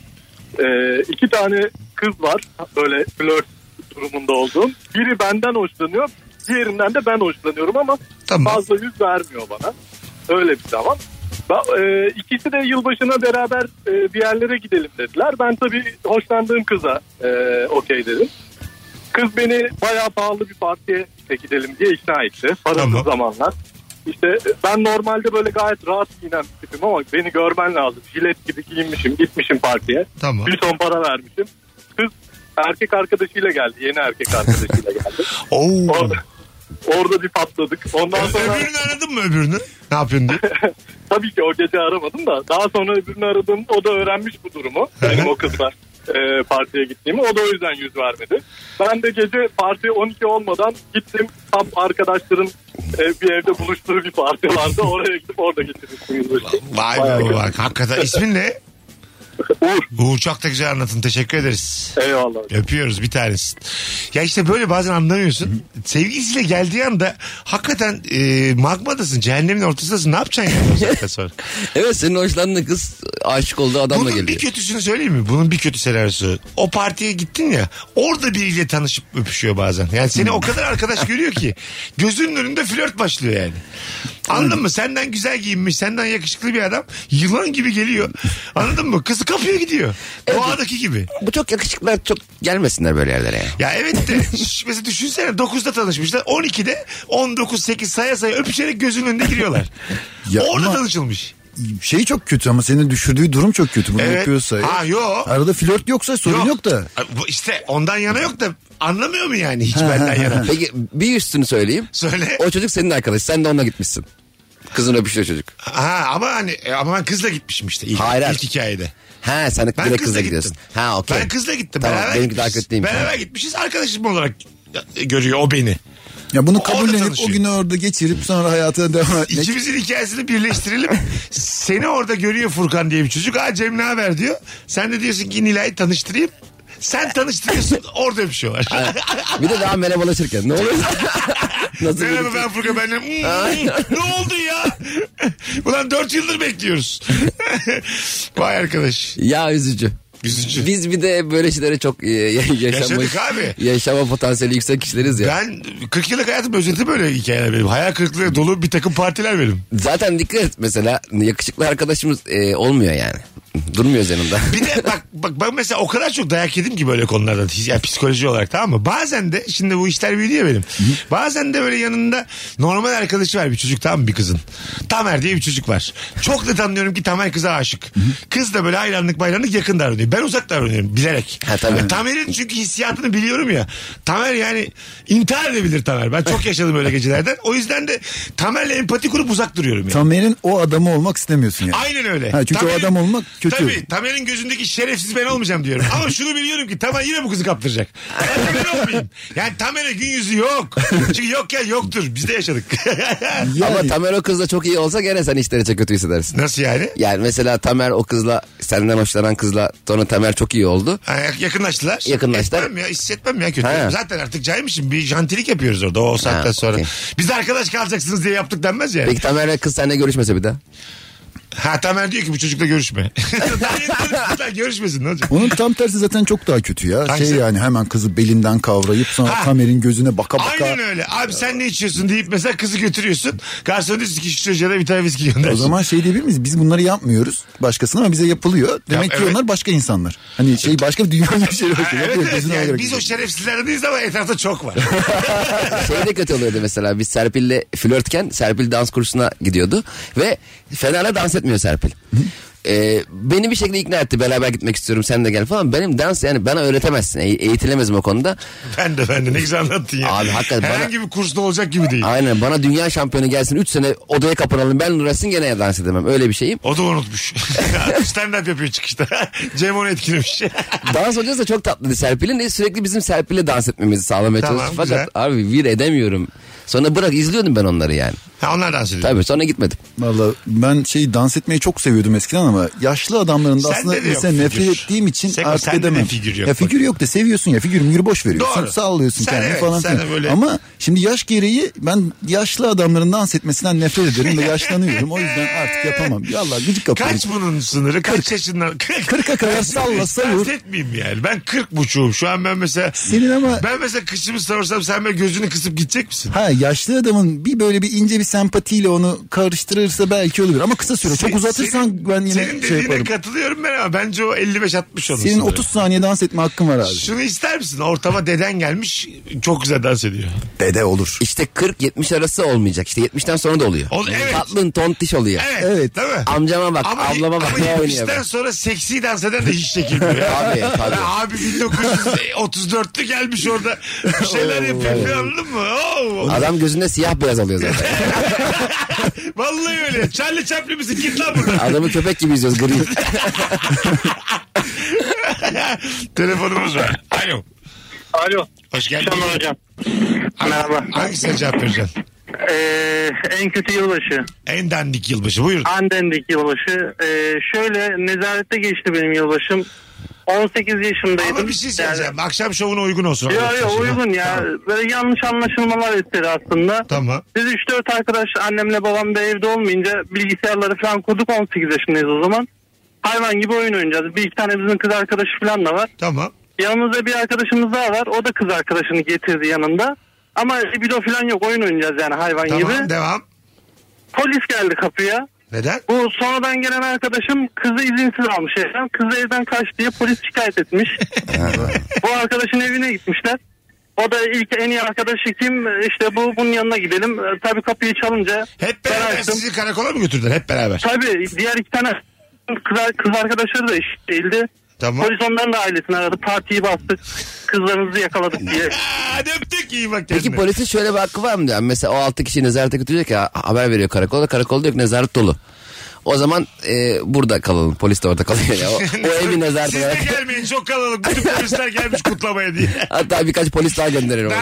2 tane kız var. Böyle flört durumunda olduğum. Biri benden hoşlanıyor. Diğerinden de ben hoşlanıyorum ama fazla yüz vermiyor bana. Öyle bir zaman. İkisi de yılbaşına beraber bir yerlere gidelim dediler. Ben tabii hoşlandığım kıza okey dedim. Kız beni bayağı pahalı bir partiye gidelim diye ikna etti. Parasız zamanlar. İşte ben normalde böyle gayet rahat giyinen bir tipim ama beni görmen lazım. Jilet gibi giyinmişim, gitmişim partiye. Tamam. Bir ton para vermişim. Kız erkek arkadaşıyla geldi. Yeni erkek arkadaşıyla geldi. Orada bir patladık. Ondan sonra... Öbürünü aradın mı öbürünü? Ne yapıyorsun diye? Tabii ki o gece aramadım da. Daha sonra öbürünü aradım. O da öğrenmiş bu durumu. Benim o kızla partiye gittiğimi. O da o yüzden yüz vermedi. Ben de gece parti 12 olmadan gittim. Tam arkadaşların bir evde buluştuğu bir parti vardı. Oraya gidip orada getirdim. Vay be bak. Hakikaten ismin ne? Uğur, çok da güzel anlatın. Teşekkür ederiz. Eyvallah. Öpüyoruz bir tanesi. Ya işte böyle bazen anlamıyorsun. Sevgilisiyle geldiği anda hakikaten magmadasın. Cehennemin ortasındasın. Ne yapacaksın yani o saatten sonra? Evet, senin hoşlandığın kız aşık olduğu adamla geliyor. Bunun bir kötüsünü söyleyeyim mi? Bunun bir kötü senaryosu. O partiye gittin ya, orada biriyle tanışıp öpüşüyor bazen. Yani seni o kadar arkadaş görüyor ki gözünün önünde flört başlıyor yani. Anladın mı? Senden güzel giyinmiş, senden yakışıklı bir adam yılan gibi geliyor. Anladın mı? Kızı kapıyor gidiyor. Doğadaki gibi. Bu çok yakışıklılar çok gelmesinler böyle yerlere ya. Ya evet de mesela düşünsene 9'da tanışmışlar. 12'de 19-8 saya öpüşerek gözünün önünde giriyorlar. Ya orada tanışılmış. Çok kötü ama senin düşürdüğü durum çok kötü. Bunu yapıyorsa. Yok. Arada flört yoksa sorun yok da. İşte ondan yana yok da anlamıyor mu yani hiç benden yana? Peki bir üstünü söyleyeyim. Söyle. O çocuk senin arkadaş. Sen de onunla gitmişsin. Kızın öpüşüyor çocuk. Ama ben kızla gitmişim işte ilk hikayede. Sen direkt kızla gidiyorsun. Okey. Ben kızla gittim. Tamam, beraber benimki daha kötü değilmiş. Beraber gitmişiz. Arkadaşım olarak görüyor o beni. Ya bunu kabullenip o günü orada geçirip sonra hayatına devam etmek. İkimizin hikayesini birleştirelim. Seni orada görüyor Furkan diye bir çocuk. Cem ne haber diyor. Sen de diyorsun ki Nilay'ı tanıştırayım. Sen tanıştırıyorsun, orada öpüşüyorlar. Bir de daha merhabalaşırken ne oluyor? Merhaba ben Furkan, ne oldu ya? Ulan 4 yıldır bekliyoruz. Vay arkadaş. Ya üzücü. Biz bir de böyle şeylere çok yaşama potansiyeli yüksek kişileriz ya. Ben 40 yıllık hayatım özeti böyle hikayeler benim. Hayal kırıklığı dolu bir takım partiler benim. Zaten dikkat et, mesela yakışıklı arkadaşımız olmuyor yani. Durmuyoruz yanında. Bir de bak mesela o kadar çok dayak yedim ki böyle konularda. Yani psikoloji olarak, tamam mı? Bazen de şimdi bu işler büyüdü ya benim. Bazen de böyle yanında normal arkadaşı var bir çocuk, tamam mı, bir kızın. Tamer diye bir çocuk var. Çok da tanıyorum ki Tamer kıza aşık. Kız da böyle hayranlık yakın davranıyor. Ben uzak davranıyorum bilerek. Tamer'in çünkü hissiyatını biliyorum ya. Tamer yani intihar edebilir Tamer. Ben çok yaşadım öyle gecelerden. O yüzden de Tamer'le empati kurup uzak duruyorum yani. Tamer'in o adamı olmak istemiyorsun yani. Aynen öyle. Çünkü o adam olmak kötü kötü. Tabii Tamer'in gözündeki şerefsiz ben olmayacağım diyorum. Ama şunu biliyorum ki Tamer yine bu kızı kaptıracak. Ben olmayayım. Yani Tamer'e gün yüzü yok. Çünkü yok ya yoktur. Biz de yaşadık. Ama Tamer o kızla çok iyi olsa gene sen içten içe kötü hissedersin. Nasıl yani? Yani mesela Tamer o kızla, senden hoşlanan kızla sonra Tamer çok iyi oldu. Ha, yakınlaştılar. Yakınlaştılar. Etmem ya, hissetmem ya kötü. Ha. Zaten artık caymışım. Bir jantilik yapıyoruz orada o saatten Ha, sonra. okey. Biz de arkadaş kalacaksınız diye yaptık denmez yani. Peki Tamer'le kız seninle görüşmese bir daha? Ha Tamer diyor ki bu çocukla görüşme. Daha görüşmesin ne olacak? Onun tam tersi zaten çok daha kötü ya. Hangisi? Yani hemen kızı belinden kavrayıp sonra Ha. Tamer'in gözüne baka baka. Aynen öyle. Abi sen ne içiyorsun deyip mesela kızı götürüyorsun. Garson diyorsun ki şu çocuğa da bir tane viski gönder. O zaman şey diyebilir miyiz? Biz bunları yapmıyoruz başkasına ama bize yapılıyor. Demek ki evet. onlar başka insanlar. Hani başka bir dünya bir şey Ha, bakıyor. evet, Yapıyor, evet. gözüne Yani bakarak biz o gidiyor. şerefsizlerden değiliz ama etrafta çok var. Şey de kötü oluyordu mesela, biz Serpil'le flörtken Serpil dans kursuna gidiyordu ve Fener'le dans etmiyor Serpil. Beni bir şekilde ikna etti, beraber gitmek istiyorum sen de gel falan. Benim dans yani bana öğretemezsin, eğitilemezim o konuda. Ben de ne güzel anlattın ya. Abi hakikaten herhangi bir kursta olacak gibi değil. Aynen, bana dünya şampiyonu gelsin 3 sene odaya kapanalım ben uğraşsın gene dans edemem, öyle bir şeyim. O da unutmuş. Stand up yapıyor çıkışta. Cem onu etkilemiş. Dans hocası da çok tatlıydı Serpil'in. Sürekli bizim Serpil'le dans etmemizi sağlamaya Tamam, çalıştı. Fakat güzel. abi bir edemiyorum. Sonra bırak, izliyordum ben onları yani. Ha onlar dans ediyor. Tabii sonra gitmedim. Valla ben dans etmeyi çok seviyordum eskiden ama yaşlı adamların da Sende aslında de yok mesela figür. nefret ettiğim için Seko, artık sende de edemem. figür yok Ya bak. figür yok da seviyorsun ya, figür boş veriyorsun. Doğru. Sağlıyorsun Sen kendini evet, falan sen de filan. böyle- Ama şimdi yaş gereği ben yaşlı adamların dans etmesinden nefret ederim ve yaşlanıyorum. O yüzden artık yapamam. Yallah gıcık kapıyorum. Kaç bunun sınırı? Kaç yaşından? 40'a kadar salla savur. Dans etmeyeyim yani. Ben 40,5'um. Şu an ben mesela... Senin ama... Ben mesela kıçımı savursam sen böyle gözünü kısıp gidecek misin? Ha, yaşlı adamın bir böyle bir ince bir sempatiyle onu karıştırırsa belki olur ama kısa süre. Çok uzatırsan ben yine senin şey dediğine yaparım. katılıyorum ben ama bence o 55-60 onun Senin sınırı. 30 saniye dans etme hakkın var abi. Şunu ister misin? Ortama deden gelmiş çok güzel dans ediyor. Dede olur. İşte 40-70 arası olmayacak. İşte 70'ten sonra da oluyor. Evet. Tatlın tontiş oluyor. Evet. Değil mi? Amcama bak, ablama bak, ama ne oynuyor 70'ten be. sonra seksi dans eden de hiç çekilmiyor. ya. Tabii, tabii. Ya abi 1934'lü gelmiş orada bir şeyler yapıyor anladın mı? Oo. Adam gözünde siyah beyaz alıyor zaten. Vallahi öyle. Charlie Chaplin misin? Git lan buradan. Adamı köpek gibi izliyoruz, gri. Telefonumuz var. Alo. Alo. Hoş geldin. Akşamlar hocam. Merhaba. Hangisine cevap vereceksin? En kötü yılbaşı. En dandik yılbaşı. Buyurun. Andendik yılbaşı. Şöyle nezarette geçti benim yılbaşım. 18 yaşındaydım. Ama bir şey söyleyeceğim. Akşam şovuna uygun olsun. Yok uygun ya. Tamam. Böyle yanlış anlaşılmalar istedi aslında. Tamam. Biz 3-4 arkadaş annemle babam da evde olmayınca bilgisayarları falan kurduk, 18 yaşındayız o zaman. Hayvan gibi oyun oynayacağız. Bir iki tane bizim kız arkadaşı falan da var. Tamam. Yanımızda bir arkadaşımız daha var. O da kız arkadaşını getirdi yanında. Ama libido falan yok, oyun oynayacağız yani hayvan Tamam gibi. devam. Polis geldi kapıya. Neden? Bu sonradan gelen arkadaşım kızı izinsiz almış evden. Kız evden kaçtı diye polis şikayet etmiş. Bu arkadaşın evine gitmişler. O da ilk en iyi arkadaşı kim? İşte bunun yanına gidelim. Tabii kapıyı çalınca Hep ben beraber açtım. sizi karakola mı götürdüler? Hep beraber. Tabii diğer iki tane kız arkadaşları da eşit değildi. Tamam. Polis onların da ailesini aradı. Partiyi bastık. Kızlarınızı yakaladık diye. Hadi öptük, iyi bak kendine. Peki polisin şöyle bir hakkı var mı diyor? Mesela o 6 kişiyi nezarete götürecek ya, haber veriyor karakolda. Karakolda yok, nezaret dolu. O zaman burada kalalım. Polis de orada kalıyor ya. O evi nezaret Siz de olarak. gelmeyin, çok kalabalık. Bütün polisler gelmiş kutlamaya diye. Hatta birkaç polis daha gönderir oraya.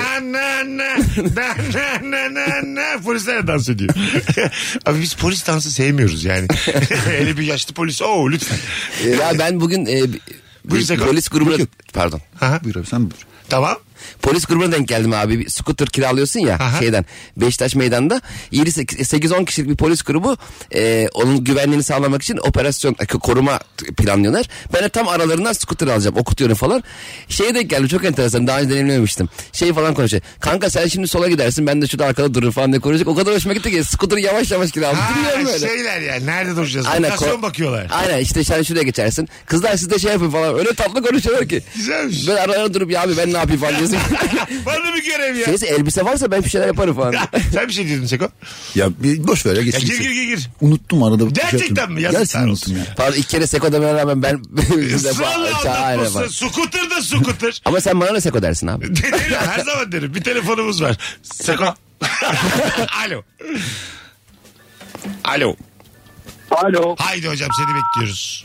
Polisler de dans ediyor. Abi biz polis dansı sevmiyoruz yani. Hele bir yaşlı polis. Oo lütfen. Ya ben bugün Buyur Seko. polis grubuna... Pardon. Aha. Buyur abi sen buyur. Tamam. Polis grubuna denk geldim abi. Bir scooter kiralıyorsun ya Aha. şeyden. Beşiktaş meydanda. 8-10 kişilik bir polis grubu onun güvenliğini sağlamak için operasyon koruma planlıyorlar. Ben de tam aralarından scooter alacağım. Okutuyorum falan. Şeye denk geldim, çok enteresan. Daha önce deneyimlememiştim. Şey falan konuşuyor. Kanka sen şimdi sola gidersin, ben de şurada arkada dururum falan diye konuşacak. O kadar hoşuma gitti ki scooter'ı yavaş yavaş kiraladım. Dinliyorum öyle. Şeyler yani nerede duracağız? Aynen, Lokasyon bakıyorlar. Aynen işte sen şuraya geçersin. Kızlar siz de şey yapın falan. Öyle tatlı konuşuyorlar ki. Güzelmiş. Böyle aralarına durup ya abi ben ne yapayım falan diyorsun. Bana bir görev ya. Neyse elbise varsa ben bir şeyler yaparım falan. Sen bir şey diyordun Seko. Ya bir boş ver ya Ya geçsin. gir. Unuttum arada. Gerçekten mi? Yazıklar Gerçekten olsun. unuttum ya. Pardon, ilk kere Seko demene rağmen ben... Israrla Aynen anlatmasın. bak. Scooter da scooter. Ama sen bana ne Seko dersin abi? Derim, her zaman derim. Bir telefonumuz var. Seko. Alo. Alo. Alo. Haydi hocam seni bekliyoruz.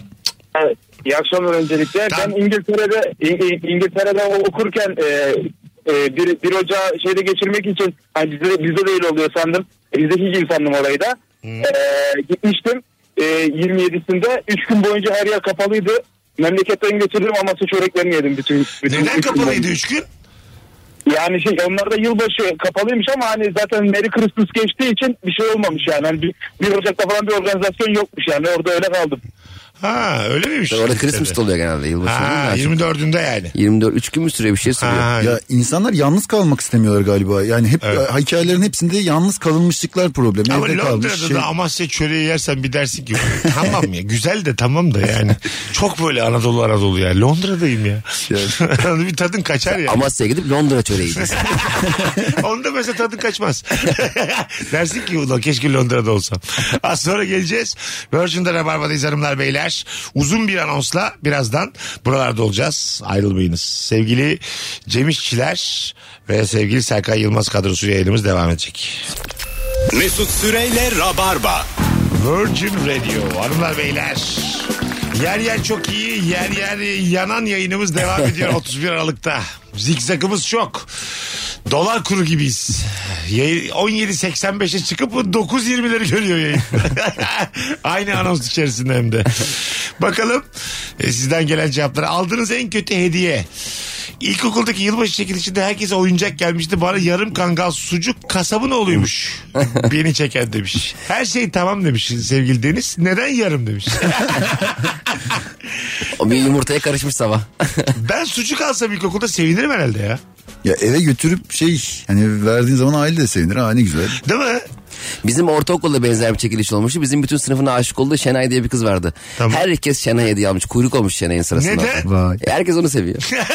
Evet. İyi akşamlar öncelikle. Tamam. Ben İngiltere'de okurken bir Ocağı şeyde geçirmek için hani bizde değil oluyor sandım. Bizdeki gibi sandım orayı da. Gitmiştim 27'sinde 3 gün boyunca her yer kapalıydı. Memleketten getirdim ama su çöreklerini yedim bütün. Neden kapalıydı 3 gün? Yani onlar da yılbaşı kapalıymış ama hani zaten Merry Christmas geçtiği için bir şey olmamış yani. Hani 1 Ocak'ta falan bir organizasyon yokmuş yani, orada öyle kaldım. Ha öyle miymiş? Orada Christmas oluyor genelde yılbaşı. Ha 24'ünde yani. 24 3 gün mü sürüyor, bir şey sürüyor. Ha, Ya insanlar yalnız kalmak istemiyorlar galiba. Yani hep hikayelerin hepsinde yalnız kalınmışlıklar problemi. ama Evde Londra'da kalmış da Amasya çöreği yersen bir dersin ki tamam ya güzel de tamam da yani. Çok böyle Anadolu ya. Londra'dayım ya. Bir tadın kaçar ya. Amasya'ya gidip Londra çöreği yiyeceğiz. Onda mesela tadın kaçmaz. Dersin ki ulan keşke Londra'da olsam. Az sonra geleceğiz. Virgin'de Rabarba'dayız hanımlar beyler. Uzun bir anonsla birazdan buralarda olacağız. Ayrılmayınız. Sevgili Cem İşçiler ve sevgili Serkan Yılmaz kadrosu yayınımız devam edecek. Mesut Süreyle Rabarba. Virgin Radio hanımlar beyler. Yer yer çok iyi, yer yer yanan yayınımız devam ediyor 31 Aralık'ta. Zikzakımız çok. Dolar kuru gibiyiz. 17.85'e çıkıp 9.20'leri görüyor yayın. Aynı anons içerisinde hem de. Bakalım sizden gelen cevapları. Aldığınız en kötü hediye. İlkokuldaki yılbaşı çekilişinde herkese oyuncak gelmişti. Bana yarım kangal sucuk kasabın oğluymuş. Beni çeken demiş. Her şey tamam demiş sevgili Deniz. Neden yarım demiş. O bir yumurtaya karışmış sabah. Ben sucuk alsam ilkokulda sevinirim herhalde ya. Ya eve götürüp hani verdiğin zaman aile de sevinir. Ha ne güzel. Değil mi? Bizim ortaokulda benzer bir çekiliş olmuştu. Bizim bütün sınıfına aşık olduğu Şenay diye bir kız vardı. Tamam. Herkes Şenay hediye almış. Kuyruk olmuş Şenay'ın sırasında. Neden? Vay. Herkes onu seviyor.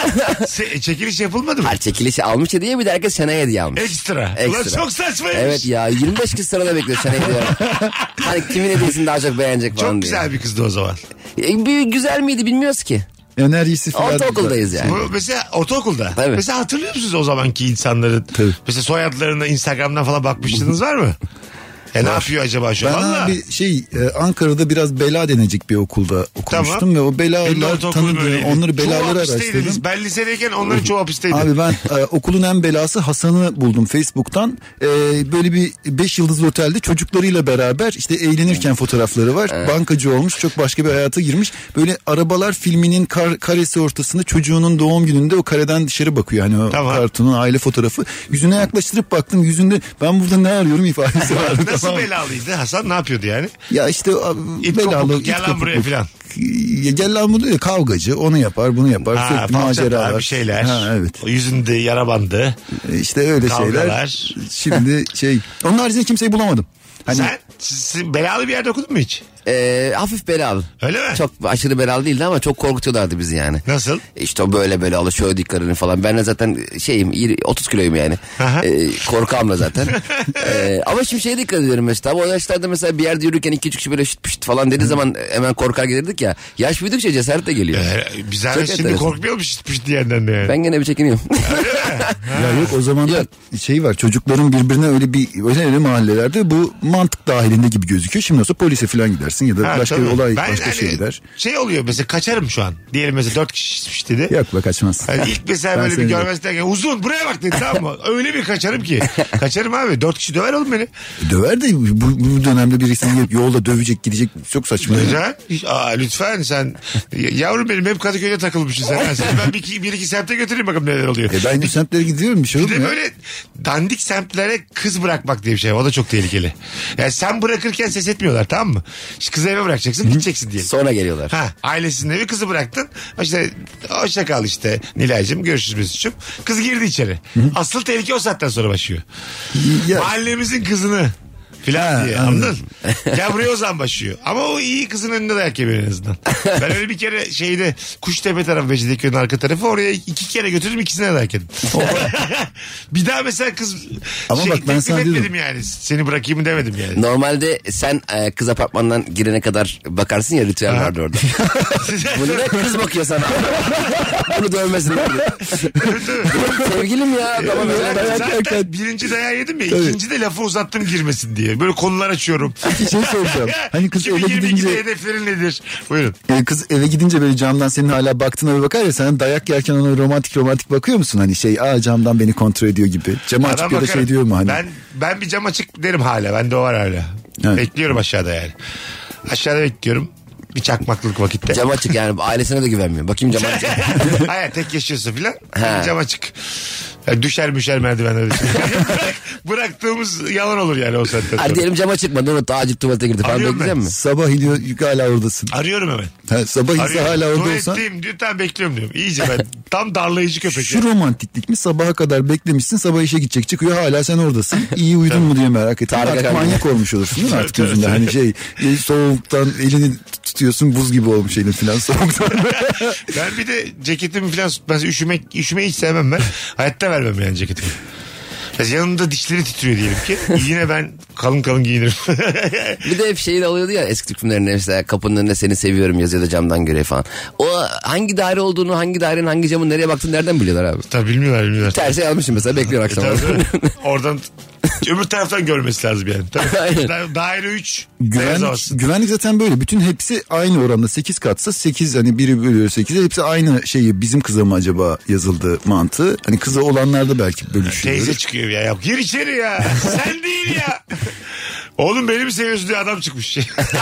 Çekiliş yapılmadı mı? Her çekilişi almış hediye, bir de herkes Şenay hediye almış. Ekstra. Ulan çok saçmaymış. Evet ya, 25 kız sırada bekliyor Şenay hediye. Hani kimin hediyesini daha çok beğenecek falan Çok diye. güzel bir kızdı o zaman. Güzel miydi bilmiyoruz ki. Enerjisi falan. Ortaokuldayız yani. Bu mesela ortaokulda. Tabii. Mesela hatırlıyor musunuz o zamanki insanların? Tabii. Mesela soyadlarına Instagram'dan falan bakmıştınız var mı? Ne yapıyor acaba şu Ben anda? bir Ankara'da biraz bela denecek bir okulda okumuştum Tamam. ve o Benim de belalar ortaokulum tanıdığım, öyleydi. onları Çoğu belaları hapisteydiniz. araştırdım. Ben lisedeyken onların çoğu hapisteydi. Abi ben okulun en belası Hasan'ı buldum Facebook'tan. Böyle bir 5 yıldızlı otelde çocuklarıyla beraber işte eğlenirken fotoğrafları var. Bankacı olmuş, çok başka bir hayata girmiş. Böyle arabalar filminin karesi ortasında çocuğunun doğum gününde o kareden dışarı bakıyor. Hani o kartonun aile fotoğrafı. Yüzüne yaklaştırıp baktım, yüzünde ben burada ne arıyorum ifadesi vardı. Nasıl tamam. belalıydı Hasan, ne yapıyordu yani? Ya işte İt belalı. kopuk, gel lan buraya filan. Gel lan buraya, kavgacı, onu yapar bunu yapar. Sürekli maceralar. Bir şeyler. Ha, evet. O yüzünde yara bandı. İşte öyle Kavgalar. şeyler. Şimdi onun haricinde kimseyi bulamadım. Hani... Sen belalı bir yerde okudun mu hiç? Hafif belalı. Öyle mi? Çok aşırı belalı değildi ama çok korkutuyorlardı bizi yani. Nasıl? İşte o böyle belalı, şöyle dikkarini falan. Ben de zaten 30 kiloyum yani. Korkağım da zaten. Ama şimdi dikkat ediyorum mesela. O yaşlarda mesela bir yerde yürürken 2-3 kişi böyle şıt pışt falan dediği zaman hemen korkar gelirdik ya. Yaş büyüdükçe cesaret de geliyor. Biz hala şimdi korkmuyor mu şıt pışt diyenden de yani? Ben gene bir çekiniyorum. Ya yok, o zaman da var, çocukların birbirine öyle mahallelerde bu mantık dahilinde gibi gözüküyor. Şimdi olsa polise falan gidersin ya da başka bir olay, başka şey gider. Oluyor mesela, kaçarım şu an. Diyelim mesela 4 kişi içmiş dedi. Yok be, kaçmaz. Yani ilk mesela böyle bir görmesi derken uzun buraya bak dedi, tamam mı? Öyle bir kaçarım ki. Kaçarım abi, 4 kişi döver oğlum beni. Döver de bu dönemde birisini gelip yolda dövecek gidecek, çok saçma. Lütfen sen yavrum benim, hep Kadıköy'de takılmışsın sen. Ben bir iki semte götüreyim bakalım neler oluyor. Ben bu semtlere gidiyorum, bir şey olur mu? Bir de böyle dandik semtlere kız bırakmak diye bir şey, o da çok tehlikeli. Yani sen bırakırken ses etmiyorlar, tamam mı? İşte kızı eve bırakacaksın, gideceksin diyelim. Sonra geliyorlar. Ailesinin evi, kızı bıraktın. İşte hoşça kal işte Nilay'cığım, görüşürüz Mesut'cum. Kız girdi içeri. Asıl tehlike o saatten sonra başlıyor. Mahallemizin kızını filan diye, anladın? Ya buraya o zaman başlıyor. Ama o iyi kızın önünde dayak yemiyor en azından. Ben öyle bir kere Kuştepe tarafı, Becidiköy'ün arka tarafı, oraya 2 kere götürdüm, ikisine dayak yedim. Bir daha mesela kız ama bak, ben sana etmedim yani. Seni bırakayım demedim yani. Normalde sen kız apartmandan girene kadar bakarsın ya, ritüel vardı orada. Bunu ne kız bakıyor sana. Bunu dövmesinler diye. Sevgilim ya. Tamam, zaten birinci dayağı yedim ya. İkinci de lafı uzattım girmesin diye. böyle. Böyle konular açıyorum. Bir şey soracağım. Hani kız eve 2022'de gidince... hedeflerin nedir? Buyurun. Kız eve gidince böyle camdan senin hala baktığına bir bakar ya, sen dayak yerken ona romantik bakıyor musun? Hani camdan beni kontrol ediyor gibi. Camı açık ya da şey diyor mu hani? Ben bir cam açık derim hala. Bende o var hala. Evet. Bekliyorum aşağıda yani. Aşağıda bekliyorum. Bir çakmaklık vakitte. Cam açık yani, ailesine de güvenmiyor. Bakayım cam açık. Hayır, tek yaşıyorsa filan. Cam açık. Yani düşer merdivenler. Bıraktığımız yalan olur yani o saatten sonra. Hadi diyelim cama çıkmadı, unuttu, acil tuvalete girdi falan, bekleyecek mi? Sabah iniyor, hala oradasın. Arıyorum hemen. Sabah ise hala orada olsan. Tuvaletteyim diyor, tamam bekliyorum diyorum. İyice ben tam darlayıcı köpek. Şu romantiklik mi? Sabaha kadar beklemişsin, sabah işe gidecek, çıkıyor, hala sen oradasın. İyi uyudun mu diye merak ettim. Artık manyak olmuş olursun değil mi artık gözünde? Hani soğuktan elini tutuyorsun, buz gibi olmuş elin falan soğuktan. Ben bir de ceketimi falan mesela üşümeyi hiç sevmem ben. Hayatta vermem yani ceketimi. Mesela yanımda dişleri titriyor diyelim ki. Yine ben kalın giyinirim. Bir de hep şey de oluyordu ya eski Türk filmlerinde, mesela kapının önünde seni seviyorum yazıyor da camdan görev falan. O hangi daire olduğunu, hangi dairenin hangi camın nereye baktığını nereden biliyorlar abi? Tabii bilmiyorlar. Tersi yazmışım mesela, bekliyor akşam. Oradan öbür taraftan görmesi lazım yani. Tabii. Daire 3. Güvenlik zaten böyle. Bütün hepsi aynı oranda. 8 katsa 8, hani biri bölüyor 8'e, hepsi aynı şeyi, bizim kıza mı acaba yazıldı mantığı. Hani kızı olanlarda belki bölüşüyor. Teyze çıkıyor ya. Gir içeri ya. Sen değil ya. Oğlum beni mi seviyorsun diye adam çıkmış.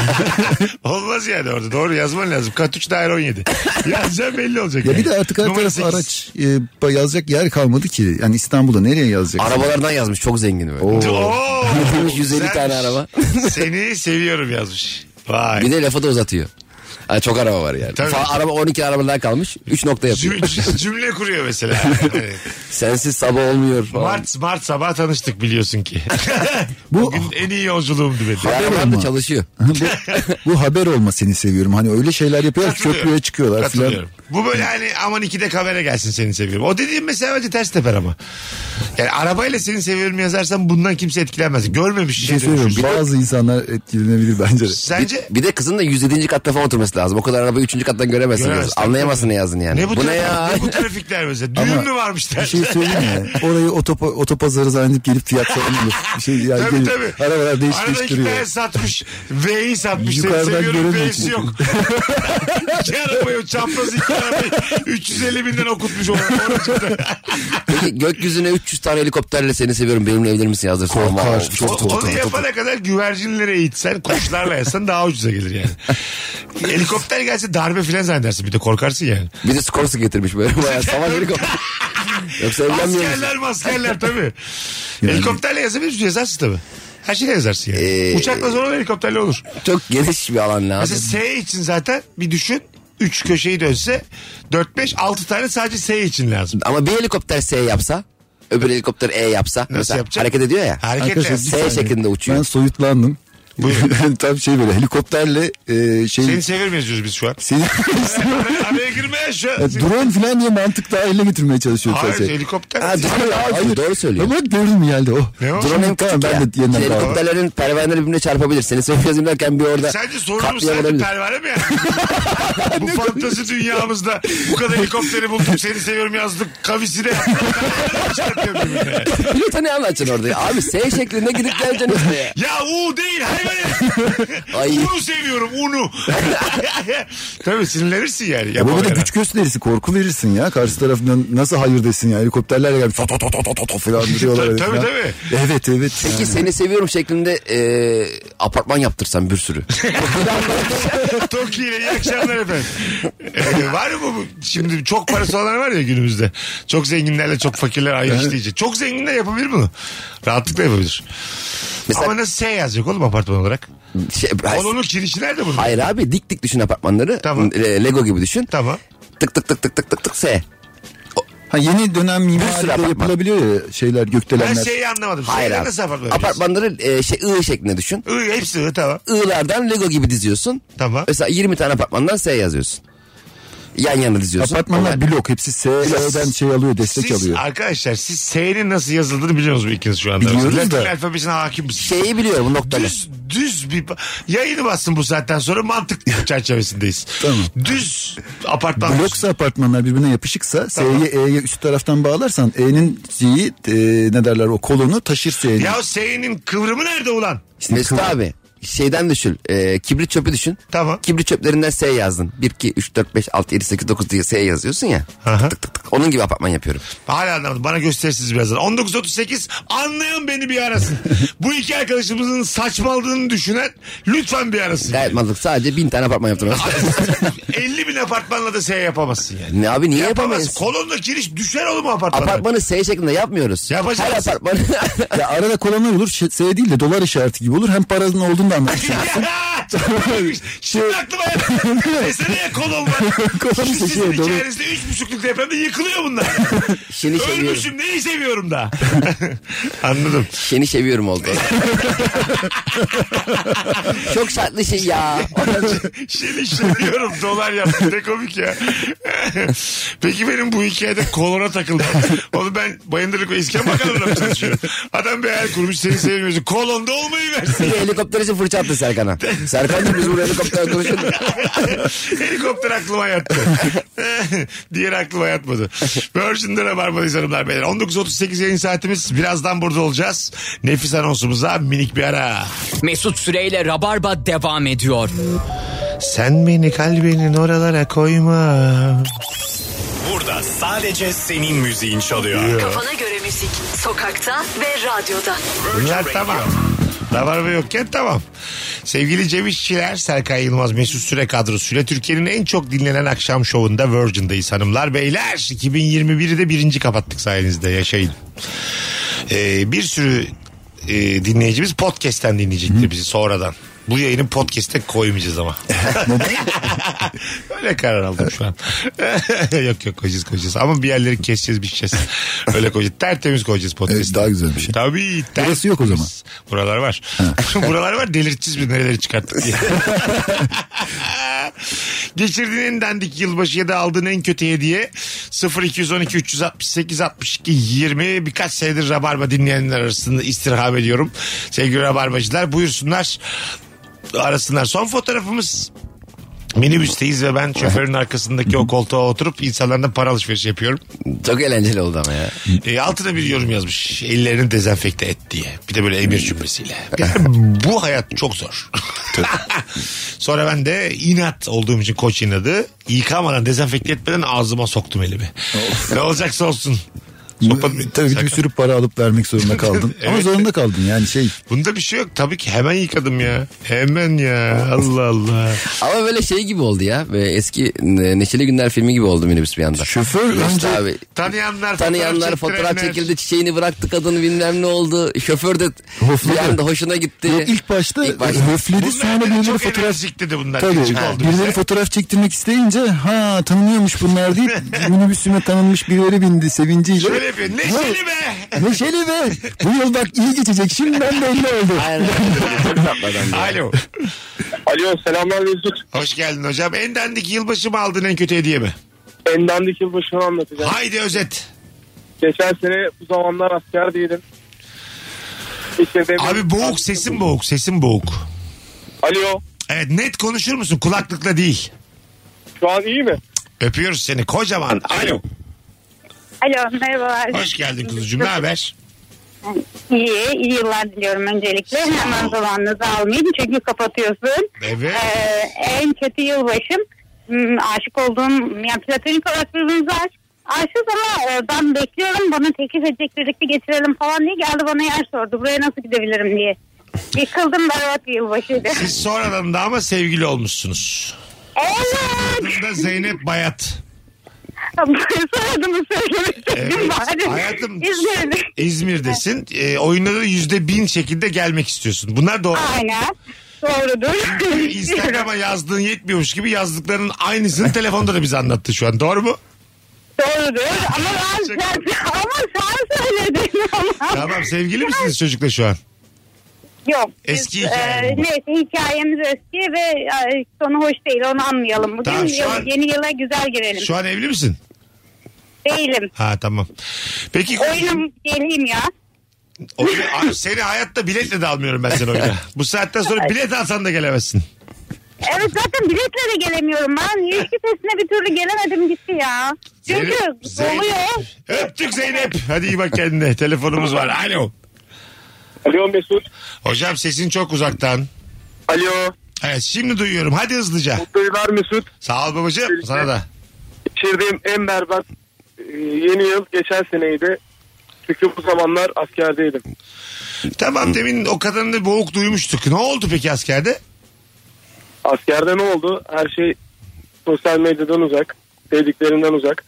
Olmaz yani orada. Doğru yazman lazım. Kat 3 daire 17. Yazacağım belli olacak. Ya yani. bir de artık her taraf araç yazacak yer kalmadı ki. Yani İstanbul'da nereye yazacak? Arabalardan yazmış, çok zengin böyle. Oo, 150 tane araba. Seni seviyorum yazmış. Vay. Bir de lafı da uzatıyor. Yani çok araba var yani. Araba 12 arabadan kalmış. 3 nokta yapıyor. Cümle kuruyor mesela. Sensiz sabah olmuyor falan. Mart sabah tanıştık biliyorsun ki. Bugün en iyi yolculuğumdu benim. Arabalar da çalışıyor. Bu haber olma, seni seviyorum. Hani öyle şeyler yapıyorlar, köprüye çıkıyorlar falan. Bu böyle hani aman 2'de kamera gelsin seni seviyorum. O dediğim mesela bence ters teper ama. Yani arabayla seni seviyorum yazarsan bundan kimse etkilenmez. Görmemiş bir şey söylüyorum. Bazı insanlar etkilenebilir bence de. Sence? Bir de kızın da 107. katta falan oturması lazım. O kadar arabayı 3. kattan göremezsin. Anlayamazsın ne yazdın yani. Bu ne ya? Ne bu trafikler mesela? Düğün mü varmış der. Bir şey söyleyeyim mi? Orayı otopazarı zannedip gelip fiyat sorulur. Bir şey yani tabii. Arabalar değiştiriyor. Arada 2 tane satmış. V'yi satmış. Yukarıdan Seni seviyorum, göremiyorsun. V'si yok. 2 arabayı, çapraz 2 arabayı 350 binden okutmuş orada. Peki gökyüzüne 300 tane helikopterle seni seviyorum, benimle evlenir misin yazdırsın. Korkar. Onu yapana kadar güvercinlere eğitsen, kuşlarla yazsan daha ucuza gelir yani. Helikopter gelse darbe filan zannedersin, bir de korkarsın yani. Bir de Skorsky getirmiş böyle bayağı savaş helikopter. Yoksa evlenmiyor. Askerler tabii. Helikopterle yazabilir misin? Yazarsın tabii. Her şeyle yazarsın yani. Uçakla zor olur, helikopterle olur. Çok geniş bir alan lazım. Mesela S için zaten bir düşün. 3 köşeyi dönse 4-5-6 tane sadece S için lazım. Ama bir helikopter S yapsa, öbür helikopter E yapsa. Nasıl yapacak? Hareket ediyor ya. Hareket S şeklinde uçuyor. Ben soyutlandım. Tam böyle helikopterle Seni sever mi yazıyoruz biz şu an? Araya girmeye şu an. Drone falan diye mantık dahiline getirmeye çalışıyorum. Hayır helikopter. Hayır, doğru söylüyor. Ama gördüm geldi o. Ne o? Drone hem küçük ya. Helikopterlerin pervaneleri birbirine çarpabilir. Seni yazayım derken bir orada Sence sorunumuz sadece pervane mi yani? Bu fantezi dünyamızda bu kadar helikopteri bulduk, seni seviyorum yazdık, kavisine pilota ne anlatacaksın orada ya? Abi S şeklinde gidip geleceksin işte ya. Ya U değil hayvan. Ay. Unu seviyorum, unu. Tabii sinirlenirsin yani. Ya bu da güç gösterisi, korku verirsin ya. Karşı tarafından nasıl hayır desin ya. Helikopterlerle gelmiş falan duruyorlar. Tabii. Evet. Peki seni seviyorum şeklinde apartman yaptırsan bir sürü. Toki ile iyi akşamlar efendim. Var mı bu? Şimdi çok parası olanlar var ya günümüzde. Çok zenginlerle çok fakirler ayrı işleyecek. Çok zenginler yapabilir bunu. Rahatlıkla yapabilir. Mesela, ama nasıl S yazacak oğlum apartman olarak? Onun kirişi nerede bunun? Hayır abi, dik düşün apartmanları. Tamam. Lego gibi düşün. Tamam. Tık S. Yeni dönem mimaride yapılabiliyor ya şeyler, gökdelenler. Ben şeyi anlamadım. Hayır abi. Apartmanları I şeklinde düşün. Hepsi I, tamam. I'lardan Lego gibi diziyorsun. Tamam. Mesela 20 tane apartmandan S yazıyorsun. Yan yana diziyorsun. Apartmanlar blok hepsi S'den şey alıyor, destek Siz alıyor. arkadaşlar siz S'nin nasıl yazıldığını biliyor musunuz ikiniz şu anda? Biliyoruz Latin da. alfabesine hakim misiniz? Şeyi biliyor bu noktada. Düz bir yayını bassın bu saatten sonra mantık çerçevesindeyiz. Tamam. Düz apartman. Bloksa apartmanlar birbirine yapışıksa S'ye E'ye üst taraftan bağlarsan E'nin C'yi ne derler o kolonu taşır S'nin. Ya S'nin kıvrımı nerede ulan? Mesut abi şeyden düşün. Kibrit çöpü düşün. Tamam. Kibrit çöplerinden S yazdın. 1, 2, 3, 4, 5, 6, 7, 8, 9 diye S yazıyorsun ya. Aha. Tık tık tık. Onun gibi apartman yapıyorum. Hala anlamadım. Bana gösterirsiniz birazdan. 19.38 anlayan beni bir arasın. Bu iki arkadaşımızın saçmaladığını düşünen lütfen bir arasın. Gayet mantıklı. Sadece 1000 tane apartman yaptım. 50.000 apartmanla da S yapamazsın yani. Ne abi niye yapamayız? Kolonla giriş düşer oğlum apartmana. Apartmanı S şeklinde yapmıyoruz. Yapacağız. Her apartmanı. Ya arada kolonlar olur S değil de dolar işareti gibi olur. Hem paranın olduğunu da anlarsın. Şimdi aklıma desene ya kolon var. Kolon Şu sizin seçiyor, doğru. hikayenizde 3,5'luk depremde yıkılıyor bunlar. Şeni seviyorum. Ölmüşüm neyi seviyorum da. Anladım. Şeni seviyorum oldu. Çok şartlı şey ya. Şimdi seviyorum dolar yaptım ne komik ya. Peki benim bu hikayede kolona takıldım. Onu ben Bayındırlık ve İskan Bakanlığı'na mı çalışıyorum? Adam bir hayal kurmuş seni sevmiyorsun. Kolonda olmayı versin. Bir de helikopter için fırça attı Serkan'a. Serkan'cığım biz burada helikopter konuşalım. Helikopter aklıma yattı. Diğer aklıma yatmadı. Virgin'de Rabarba'dayız hanımlar beyler. 19.38 yayın saatimiz. Birazdan burada olacağız. Nefis anonsumuza minik bir ara. Mesut Süreyle Rabarba devam ediyor. Sen beni kalbinin oralara koyma. Burada sadece senin müziğin çalıyor. Kafana göre müzik. Sokakta ve radyoda. Bunlar tamam. Rabarba yokken tamam. Sevgili Cem İşçiler, Serkan Yılmaz, Mesut Süre kadrosuyla Türkiye'nin en çok dinlenen akşam şovunda Virgin'dayız hanımlar beyler. 2021'i de birinci kapattık sayenizde, yaşayın. Bir sürü dinleyicimiz podcast'ten dinleyecektir bizi sonradan. Bu yayını podcast'e koymayacağız ama. Öyle karar aldım şu an. yok koyacağız. Ama bir yerleri keseceğiz biçeceğiz. Öyle koyacağız. Tertemiz koyacağız podcast'e. Evet, daha güzel bir şey. Tabii. Burası yok o zaman. Buralar var. Buralar var, delirteceğiz bir nereleri çıkarttık diye. Geçirdiğin en dandik yılbaşı ya da aldığın en kötü hediye 0212 368 62 20. Birkaç senedir Rabarba dinleyenler arasında istirham ediyorum. Sevgili Rabarbacılar buyursunlar, arasınlar. Son fotoğrafımız minibüsteyiz ve ben şoförün arkasındaki o koltuğa oturup insanlardan para alışverişi yapıyorum. Çok eğlenceli oldu ama ya. Altına bir yorum yazmış. Ellerini dezenfekte et diye. Bir de böyle emir cümlesiyle. Bu hayat çok zor. Sonra ben de inat olduğum için koç inadı. Yıkamadan, dezenfekte etmeden ağzıma soktum elimi. Ne olacaksa olsun. Tabii bir sürü para alıp vermek zorunda kaldın. Evet. Ama zorunda kaldın yani şey. Bunda bir şey yok. Tabii ki hemen yıkadım ya. Hemen ya. Allah Allah. Ama böyle şey gibi oldu ya. Böyle eski Neşeli Günler filmi gibi oldu minibüs bir anda. Şoför Mesut önce abi. Tanıyanlar Fotoğraf çekildi, çiçeğini bıraktı kadın, bilmem ne oldu. Şoför de bir anda hoşuna gitti. Yok, ilk başta höfledi, sonra birileri fotoğraf dedi bunlar. tabii birileri fotoğraf çektirmek isteyince tanınıyormuş bunlar deyip minibüsüme tanınmış birileri bindi sevinciyle. Şöyle yapıyor. Neşeli be. Neşeli be. Bu yıl bak iyi geçecek. Şimdiden belli oldu. Aynen. Alo. Alo, selamlar Mesut. Hoş geldin hocam. En dandik yılbaşı mı aldın, en kötü hediye mi? En dandik yılbaşını anlatacağım. Haydi özet. Geçen sene bu zamanlar asker değilim. İşte Abi boğuk, sesin boğuk. Alo. Evet, net konuşur musun? Kulaklıkla değil. Şu an iyi mi? Öpüyoruz seni kocaman. Alo. Alo, merhabalar. Hoş geldin kuzucuğum, ne haber? İyi yıllar diliyorum öncelikle. Hemen zamanınızı almayayım çünkü kapatıyorsun. Evet. En kötü yılbaşım. Aşık olduğum, yani platonik olarak birbirimize aşığız ama ben bekliyorum, bana teklif edecek, birlikte geçirelim falan diye geldi, bana yer sordu. Buraya nasıl gidebilirim diye. Yıkıldım, berbat bir yılbaşıydı. Siz sonradan da ama sevgili olmuşsunuz. Evet. Adında Zeynep Bayat. Soyadımı söylemek istedim bari. Hayatım İzmir'de. İzmir'desin. Oyunlara da %1000 şekilde gelmek istiyorsun. Bunlar doğru. Aynen. Doğrudur. Instagram'a yazdığın yetmiyormuş gibi yazdıklarının aynısını telefonda da bize anlattı şu an. Doğru mu? Doğrudur. Ama sen söyledin ama. Tamam, sevgili misiniz çocukla şu an? Yok. Eski hikaye mi bu? Neyse hikayemiz eski ve sonu hoş değil, onu anlayalım bugün. Tamam, şu an- Yeni yıla güzel girelim. Şu an evli misin? Değilim. Ha tamam. Peki Oyunum geleyim ya. Abi, seni hayatta biletle de almıyorum ben seni oyuna. Bu saatten sonra bilet alsan da gelemezsin. Evet zaten biletle de gelemiyorum ben. İlişki testine bir türlü gelemedim gitti ya. Çünkü oluyor. Öptük Zeynep. Hadi iyi bak kendine. Telefonumuz var. Alo. Alo Mesut. Hocam sesin çok uzaktan. Alo. Evet şimdi duyuyorum. Hadi hızlıca. Mutlu yıllar Mesut. Sağ ol babacığım. Sana da. Geçirdiğim en berbat yeni yıl geçen seneydi. Çünkü bu zamanlar askerdeydim. Tamam demin o kadarını boğuk duymuştuk. Ne oldu peki askerde? Askerde ne oldu? Her şey sosyal medyadan uzak. Sevdiklerinden uzak.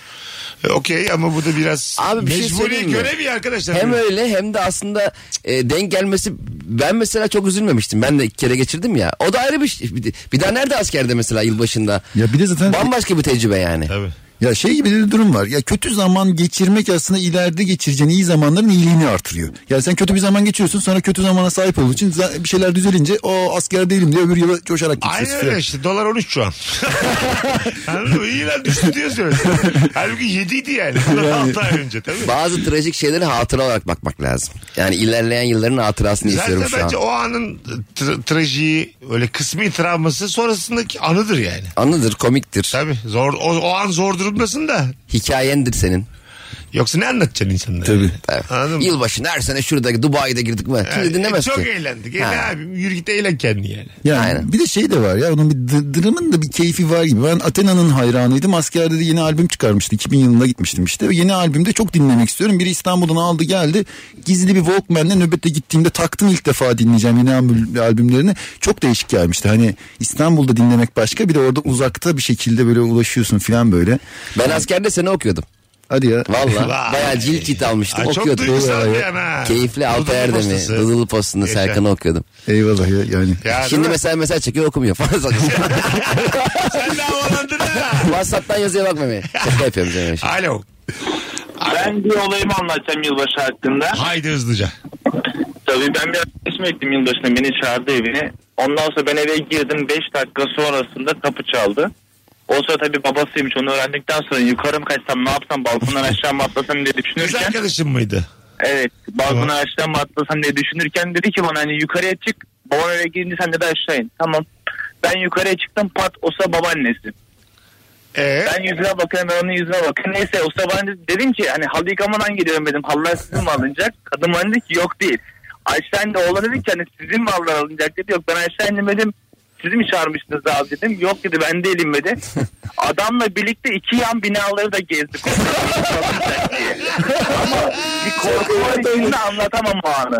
Okey ama bu da biraz Abi bir şey mecburi söyleyeyim mi? görevi arkadaşlar. Hem öyle hem de aslında denk gelmesi, ben mesela çok üzülmemiştim. Ben de 2 kere geçirdim ya. O da ayrı bir şey. Bir daha nerede askerde mesela yılbaşında? Ya bir de zaten Bambaşka bir tecrübe yani. Tabii. ya şey gibi bir durum var. Ya kötü zaman geçirmek aslında ileride geçireceğin iyi zamanların iyiliğini artırıyor. Yani sen kötü bir zaman geçiriyorsun, sonra kötü zamana sahip olduğu için bir şeyler düzelince o asker değilim diye öbür yıla coşarak geçiyorsun. Aynen öyle işte. Dolar 13 şu an. Anladın mı? İyi lan düştü diyorsun öyle. Halbuki 7'ydi yani. 6 ay önce tabii. Bazı trajik şeyleri hatıra olarak bakmak lazım. Yani ilerleyen yılların hatırasını istiyorum Zaten şu an. bence o anın trajiği, öyle kısmi travması sonrasındaki anıdır yani. Anıdır, komiktir. Tabii. Zor, o an zor durumdasın da. Hikayendir senin. Yoksa ne anlatacaksın insanlara? Tabii. Evet. Anladın mı? Yılbaşında her sene şurada Dubai'de girdik mi? Kimse dinlemez çok ki. eğlendik. Ha. Abi yürü git eğlen kendini yani. Yani Aynen. bir de şey de var ya, onun bir dramın da bir keyfi var gibi. Ben Athena'nın hayranıydım. Askerde de yeni albüm çıkarmıştı. 2000 yılında gitmiştim işte. O yeni albümde çok dinlemek istiyorum. Biri İstanbul'dan aldı geldi. Gizli bir Walkman'le nöbette gittiğimde taktım, ilk defa dinleyeceğim yeni albümlerini. Çok değişik gelmişti. Hani İstanbul'da dinlemek başka, bir de orada uzakta bir şekilde böyle ulaşıyorsun falan böyle. Ben askerde sene okuyordum. Hadi ya. Valla. Vay. Bayağı cilt almıştım, Ay, çok okuyordum. duygusal bir an ha. Keyifli Altı Dudullu Erdem'i, postası. Dudullu Postu'nu, Yaşa. Serkan'ı okuyordum. Eyvallah ya yani. Ya, Şimdi değil mi? mesela çekiyor, okumuyor falan. Sen de havalandın ha. WhatsApp'tan yazıya bak Mehmet. Şaka yapıyorum canım. Alo. Ben bir olayımı anlatacağım yılbaşı hakkında. Haydi hızlıca. Tabii ben bir arkadaşıma gittim yılbaşına, beni çağırdı evine. Ondan sonra ben eve girdim, 5 dakika sonrasında kapı çaldı. O sırada tabii babasıymış, onu öğrendikten sonra yukarı mı kaçsam, ne yapsam, balkondan aşağı mı atlasam diye Kız düşünürken. arkadaşın mıydı? Evet, balkondan aşağı mı atlasam diye düşünürken dedi ki bana, hani yukarıya çık, babam eve girince sen de aşağı in. Tamam. Ben yukarıya çıktım, pat, o sıra babaannesi. Ben yüzüne bakıyorum, ben onun yüzüne bakıyorum. Neyse o sıra bana dedim ki hani halı yıkamadan geliyorum dedim. Halılar sizin mi alınacak? Kadın bana dedi ki yok değil. Aşağı indi, oğlan dedi ki hani sizin mi halılar alınacak dedi. Yok ben aşağı indim dedim. Sizi mi çağırmıştınız abi dedim. Yok dedi, ben değilim dedi. Adamla birlikte 2 yan binaları da gezdik. Ama bir korku var içinde, anlatamam o anı.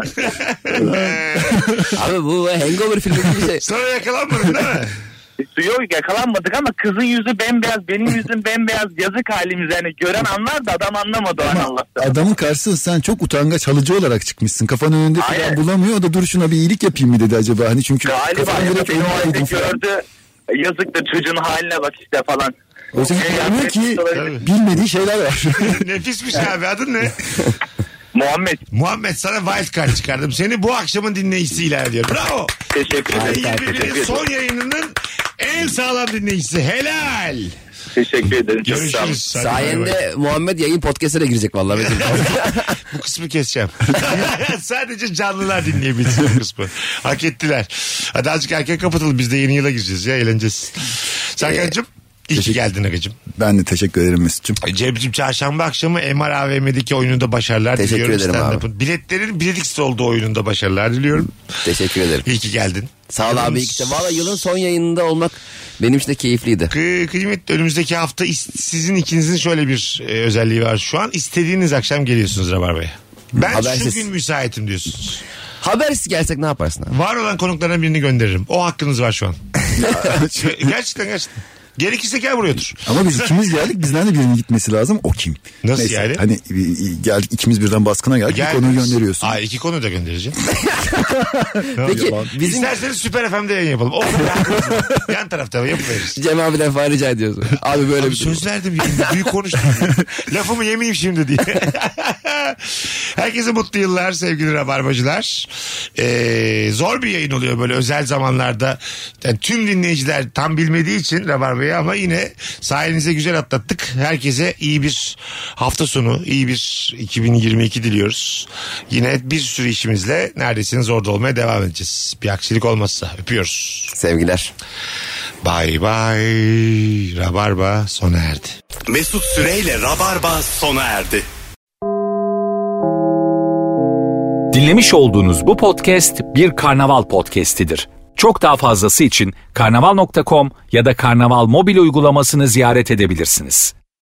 Abi bu Hangover filmi gibi bir şey. Sonra yakalanmadın değil mi? Yok yakalanmadık ama kızın yüzü bembeyaz, benim yüzüm bembeyaz, yazık halimiz yani. Gören anlar da adam anlamadı o an Allah'tan. Adamın karşısında sen çok utangaç halıcı olarak çıkmışsın. Kafanın önünde falan Aynen. bulamıyor. O da dur şuna bir iyilik yapayım mı dedi acaba. Hani çünkü Galiba kafanı direkt beni o halde önüne falan. gördü. Yazık da çocuğun haline bak işte falan. O seni görmüyor ki Tabii. bilmediği şeyler var. Nefismiş abi, adın ne? Muhammed. Muhammed, sana wild card çıkardım. Seni bu akşamın dinleyicisi ilan ediyorum. Bravo. Teşekkür ederim. 21'in son yayınının en sağlam dinleyicisi. Helal. Teşekkür ederim. Çok sağ olun. Görüşürüz. Hadi bay bay. Sayende Muhammed yayın podcast'e de girecek vallahi. Bu kısmı keseceğim. Sadece canlılar dinleyebilsin bu kısmı. Hak ettiler. Hadi azıcık erken kapatalım. Biz de yeni yıla gireceğiz ya, eğleneceğiz. Serkan'cığım iyi ki geldin Agacığım. Ben de teşekkür ederim Mesut'cum. Cem'ciğim çarşamba akşamı MR AVM'deki oyununda başarılar Teşekkür diliyorum. ederim abi. Stand-up'ın. Biletlerin biletix olduğu oyununda başarılar diliyorum. Teşekkür ederim. İyi ki geldin. Sağ ol abi. Valla yılın son yayınında olmak benim için de keyifliydi. Kıymetli, önümüzdeki hafta sizin ikinizin şöyle bir özelliği var şu an. İstediğiniz akşam geliyorsunuz Rabarba'ya. Ben Habersiz. şu gün müsaitim diyorsunuz. Habersiz gelsek ne yaparsın abi? Var olan konuklardan birini gönderirim. O hakkınız var şu an. Gerçekten. Gerekirse gel buraya otur. Ama biz ikimiz geldik, bizden de birinin gitmesi lazım. O kim? Nasıl Neyse, yani? Hani geldik, ikimiz birden baskına geldik. Bir konuyu gönderiyorsun. Aa, 2 konu da göndereceğim. Peki bizim İsterseniz Süper FM'de yayın yapalım. O kadar. Yan tarafta yapıveririz. Cem abiden falan rica ediyoruz. Abi böyle Abi bir durum. söz verdim yayında. Büyük konuştum. Lafımı yemeyeyim şimdi diye. Herkese mutlu yıllar sevgili Rabarbacılar. Zor bir yayın oluyor böyle özel zamanlarda. Yani tüm dinleyiciler tam bilmediği için Rabarba'yı ama yine sayenizde güzel atlattık. Herkese iyi bir hafta sonu, iyi bir 2022 diliyoruz. Yine bir sürü işimizle neredesiniz orada olmaya devam edeceğiz. Bir aksilik olmazsa öpüyoruz. Sevgiler. Bay bay. Rabarba sona erdi. Mesut Süreyle Rabarba sona erdi. Dinlemiş olduğunuz bu podcast bir karnaval podcastidir. Çok daha fazlası için karnaval.com ya da karnaval mobil uygulamasını ziyaret edebilirsiniz.